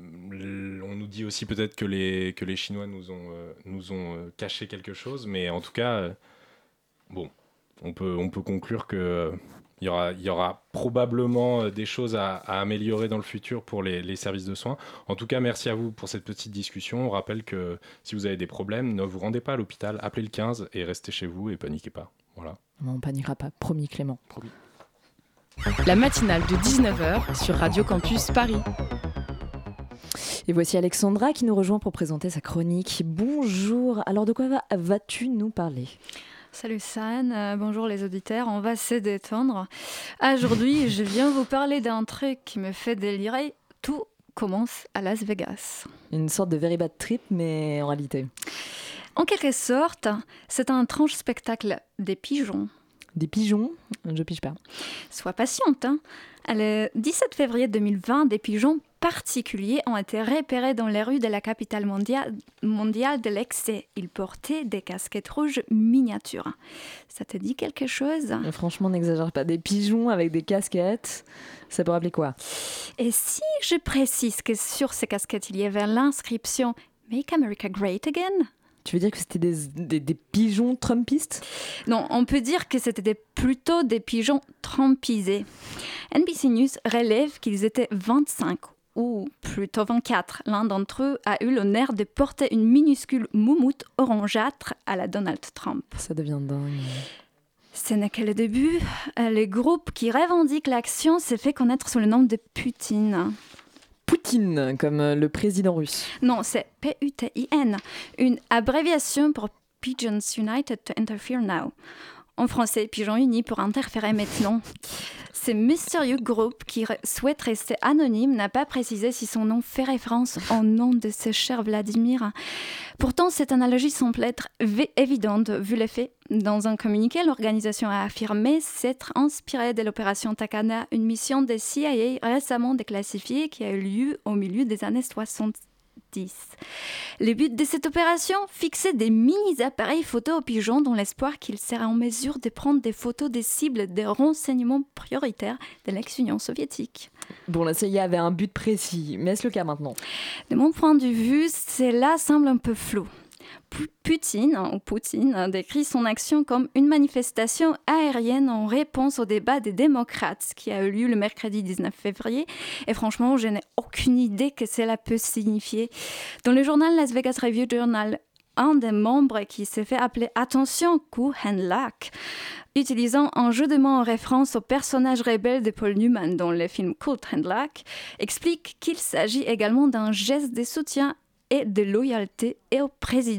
on nous dit aussi peut-être que les, que les Chinois nous ont, euh, nous ont euh, caché quelque chose. Mais en tout cas, euh, bon, on peut, on peut conclure qu'il euh, y, aura, y aura probablement euh, des choses à, à améliorer dans le futur pour les, les services de soins. En tout cas, merci à vous pour cette petite discussion. On rappelle que si vous avez des problèmes, ne vous rendez pas à l'hôpital. Appelez le quinze et restez chez vous et paniquez pas. Voilà. On ne paniquera pas, promis Clément. Promis. La matinale de dix-neuf heures sur Radio Campus Paris. Et voici Alexandra qui nous rejoint pour présenter sa chronique. Bonjour, alors de quoi va, vas-tu nous parler ? Salut San, euh, bonjour les auditeurs, on va se détendre. Aujourd'hui, je viens vous parler d'un truc qui me fait délirer. Tout commence à Las Vegas. Une sorte de very bad trip, mais en réalité. En quelque sorte, c'est un étrange spectacle des pigeons. Des pigeons ? Je pige pas. Sois patiente. Hein. Le dix-sept février deux mille vingt, des pigeons particuliers ont été repérés dans les rues de la capitale mondiale, mondiale de l'excès. Ils portaient des casquettes rouges miniatures. Ça te dit quelque chose ? Mais franchement, n'exagère pas. Des pigeons avec des casquettes, ça peut rappeler quoi ? Et si je précise que sur ces casquettes, il y avait l'inscription « Make America Great Again » ? Tu veux dire que c'était des, des, des pigeons trumpistes ? Non, on peut dire que c'était des, plutôt des pigeons trumpisés. N B C News relève qu'ils étaient vingt-cinq, ou plutôt vingt-quatre. L'un d'entre eux a eu l'honneur de porter une minuscule moumoute orangeâtre à la Donald Trump. Ça devient dingue. Ce n'est que le début. Le groupe qui revendique l'action s'est fait connaître sous le nom de Poutine. Poutine, comme le président russe. Non, c'est P U T I N, une abréviation pour Pigeons United to Interfere Now. En français, Pigeons Unis pour interférer maintenant. Ce mystérieux groupe qui re- souhaite rester anonyme n'a pas précisé si son nom fait référence au nom de ce cher Vladimir. Pourtant, cette analogie semble être v- évidente vu les faits. Dans un communiqué, l'organisation a affirmé s'être inspirée de l'opération Takana, une mission des C I A récemment déclassifiée qui a eu lieu au milieu des années soixante-dix. Le but de cette opération, fixer des mini-appareils photo aux pigeons dans l'espoir qu'ils seraient en mesure de prendre des photos des cibles des renseignements prioritaires de l'ex-Union soviétique. Bon, la C I A avait un but précis, mais est-ce le cas maintenant ? De mon point de vue, cela semble un peu flou. P- Poutine, ou Poutine, décrit son action comme une manifestation aérienne en réponse au débat des démocrates qui a eu lieu le mercredi dix-neuf février. Et franchement, je n'ai aucune idée que cela peut signifier. Dans le journal Las Vegas Review Journal, un des membres qui s'est fait appeler « Attention, coup Handlack », utilisant un jeu de mots en référence au personnage rebelle de Paul Newman dans le film Colt Handlack, explique qu'il s'agit également d'un geste de soutien et de loyauté et au président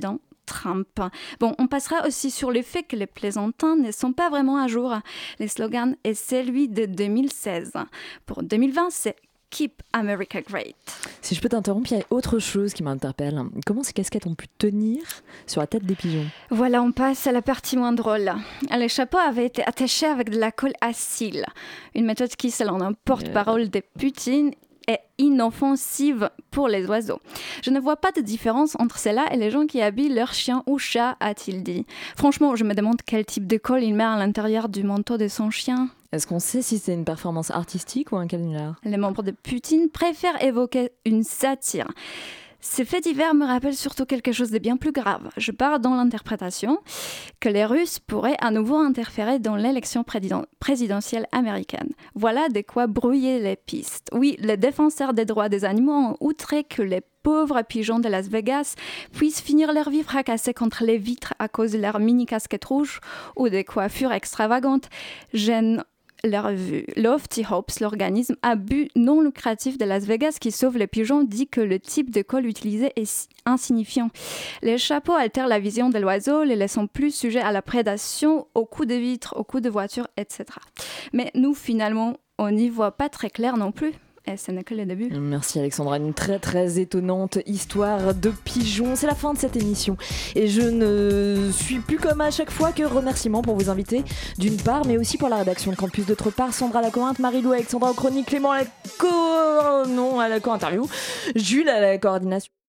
Trump. Bon, on passera aussi sur le fait que les plaisantins ne sont pas vraiment à jour. Le slogan est celui de deux mille seize. Pour deux mille vingt, c'est Keep America Great. Si je peux t'interrompre, il y a autre chose qui m'interpelle. Comment ces casquettes ont pu tenir sur la tête des pigeons ? Voilà, on passe à la partie moins drôle. Les chapeaux avaient été attachés avec de la colle à cils, une méthode qui, selon un porte-parole de Poutine, est inoffensive pour les oiseaux. Je ne vois pas de différence entre cela et les gens qui habillent leurs chiens ou chats, a-t-il dit. Franchement, je me demande quel type de colle il met à l'intérieur du manteau de son chien. Est-ce qu'on sait si c'est une performance artistique ou un canular ? Les membres de Poutine préfèrent évoquer une satire. Ces faits divers me rappellent surtout quelque chose de bien plus grave. Je pars dans l'interprétation que les Russes pourraient à nouveau interférer dans l'élection président- présidentielle américaine. Voilà de quoi brouiller les pistes. Oui, les défenseurs des droits des animaux ont outré que les pauvres pigeons de Las Vegas puissent finir leur vie fracassée contre les vitres à cause de leur mini casquette rouge ou des coiffures extravagantes. Gêne leur vue. Lofty Hopes, l'organisme à but non lucratif de Las Vegas qui sauve les pigeons, dit que le type de colle utilisé est insignifiant. Les chapeaux altèrent la vision de l'oiseau, les laissant plus sujets à la prédation, aux coups de vitres, aux coups de voiture, et cetera. Mais nous, finalement, on n'y voit pas très clair non plus. Et ce n'est que le début. Merci Alexandra, une très très étonnante histoire de pigeons. C'est la fin de cette émission et je ne suis plus comme à chaque fois que remerciements pour vos invités d'une part, mais aussi pour la rédaction de Campus d'autre part, Sandra Lacorinte, Marie-Lou, Alexandra aux chroniques, Clément à la co... non, à la co-interview, Jules à la coordination.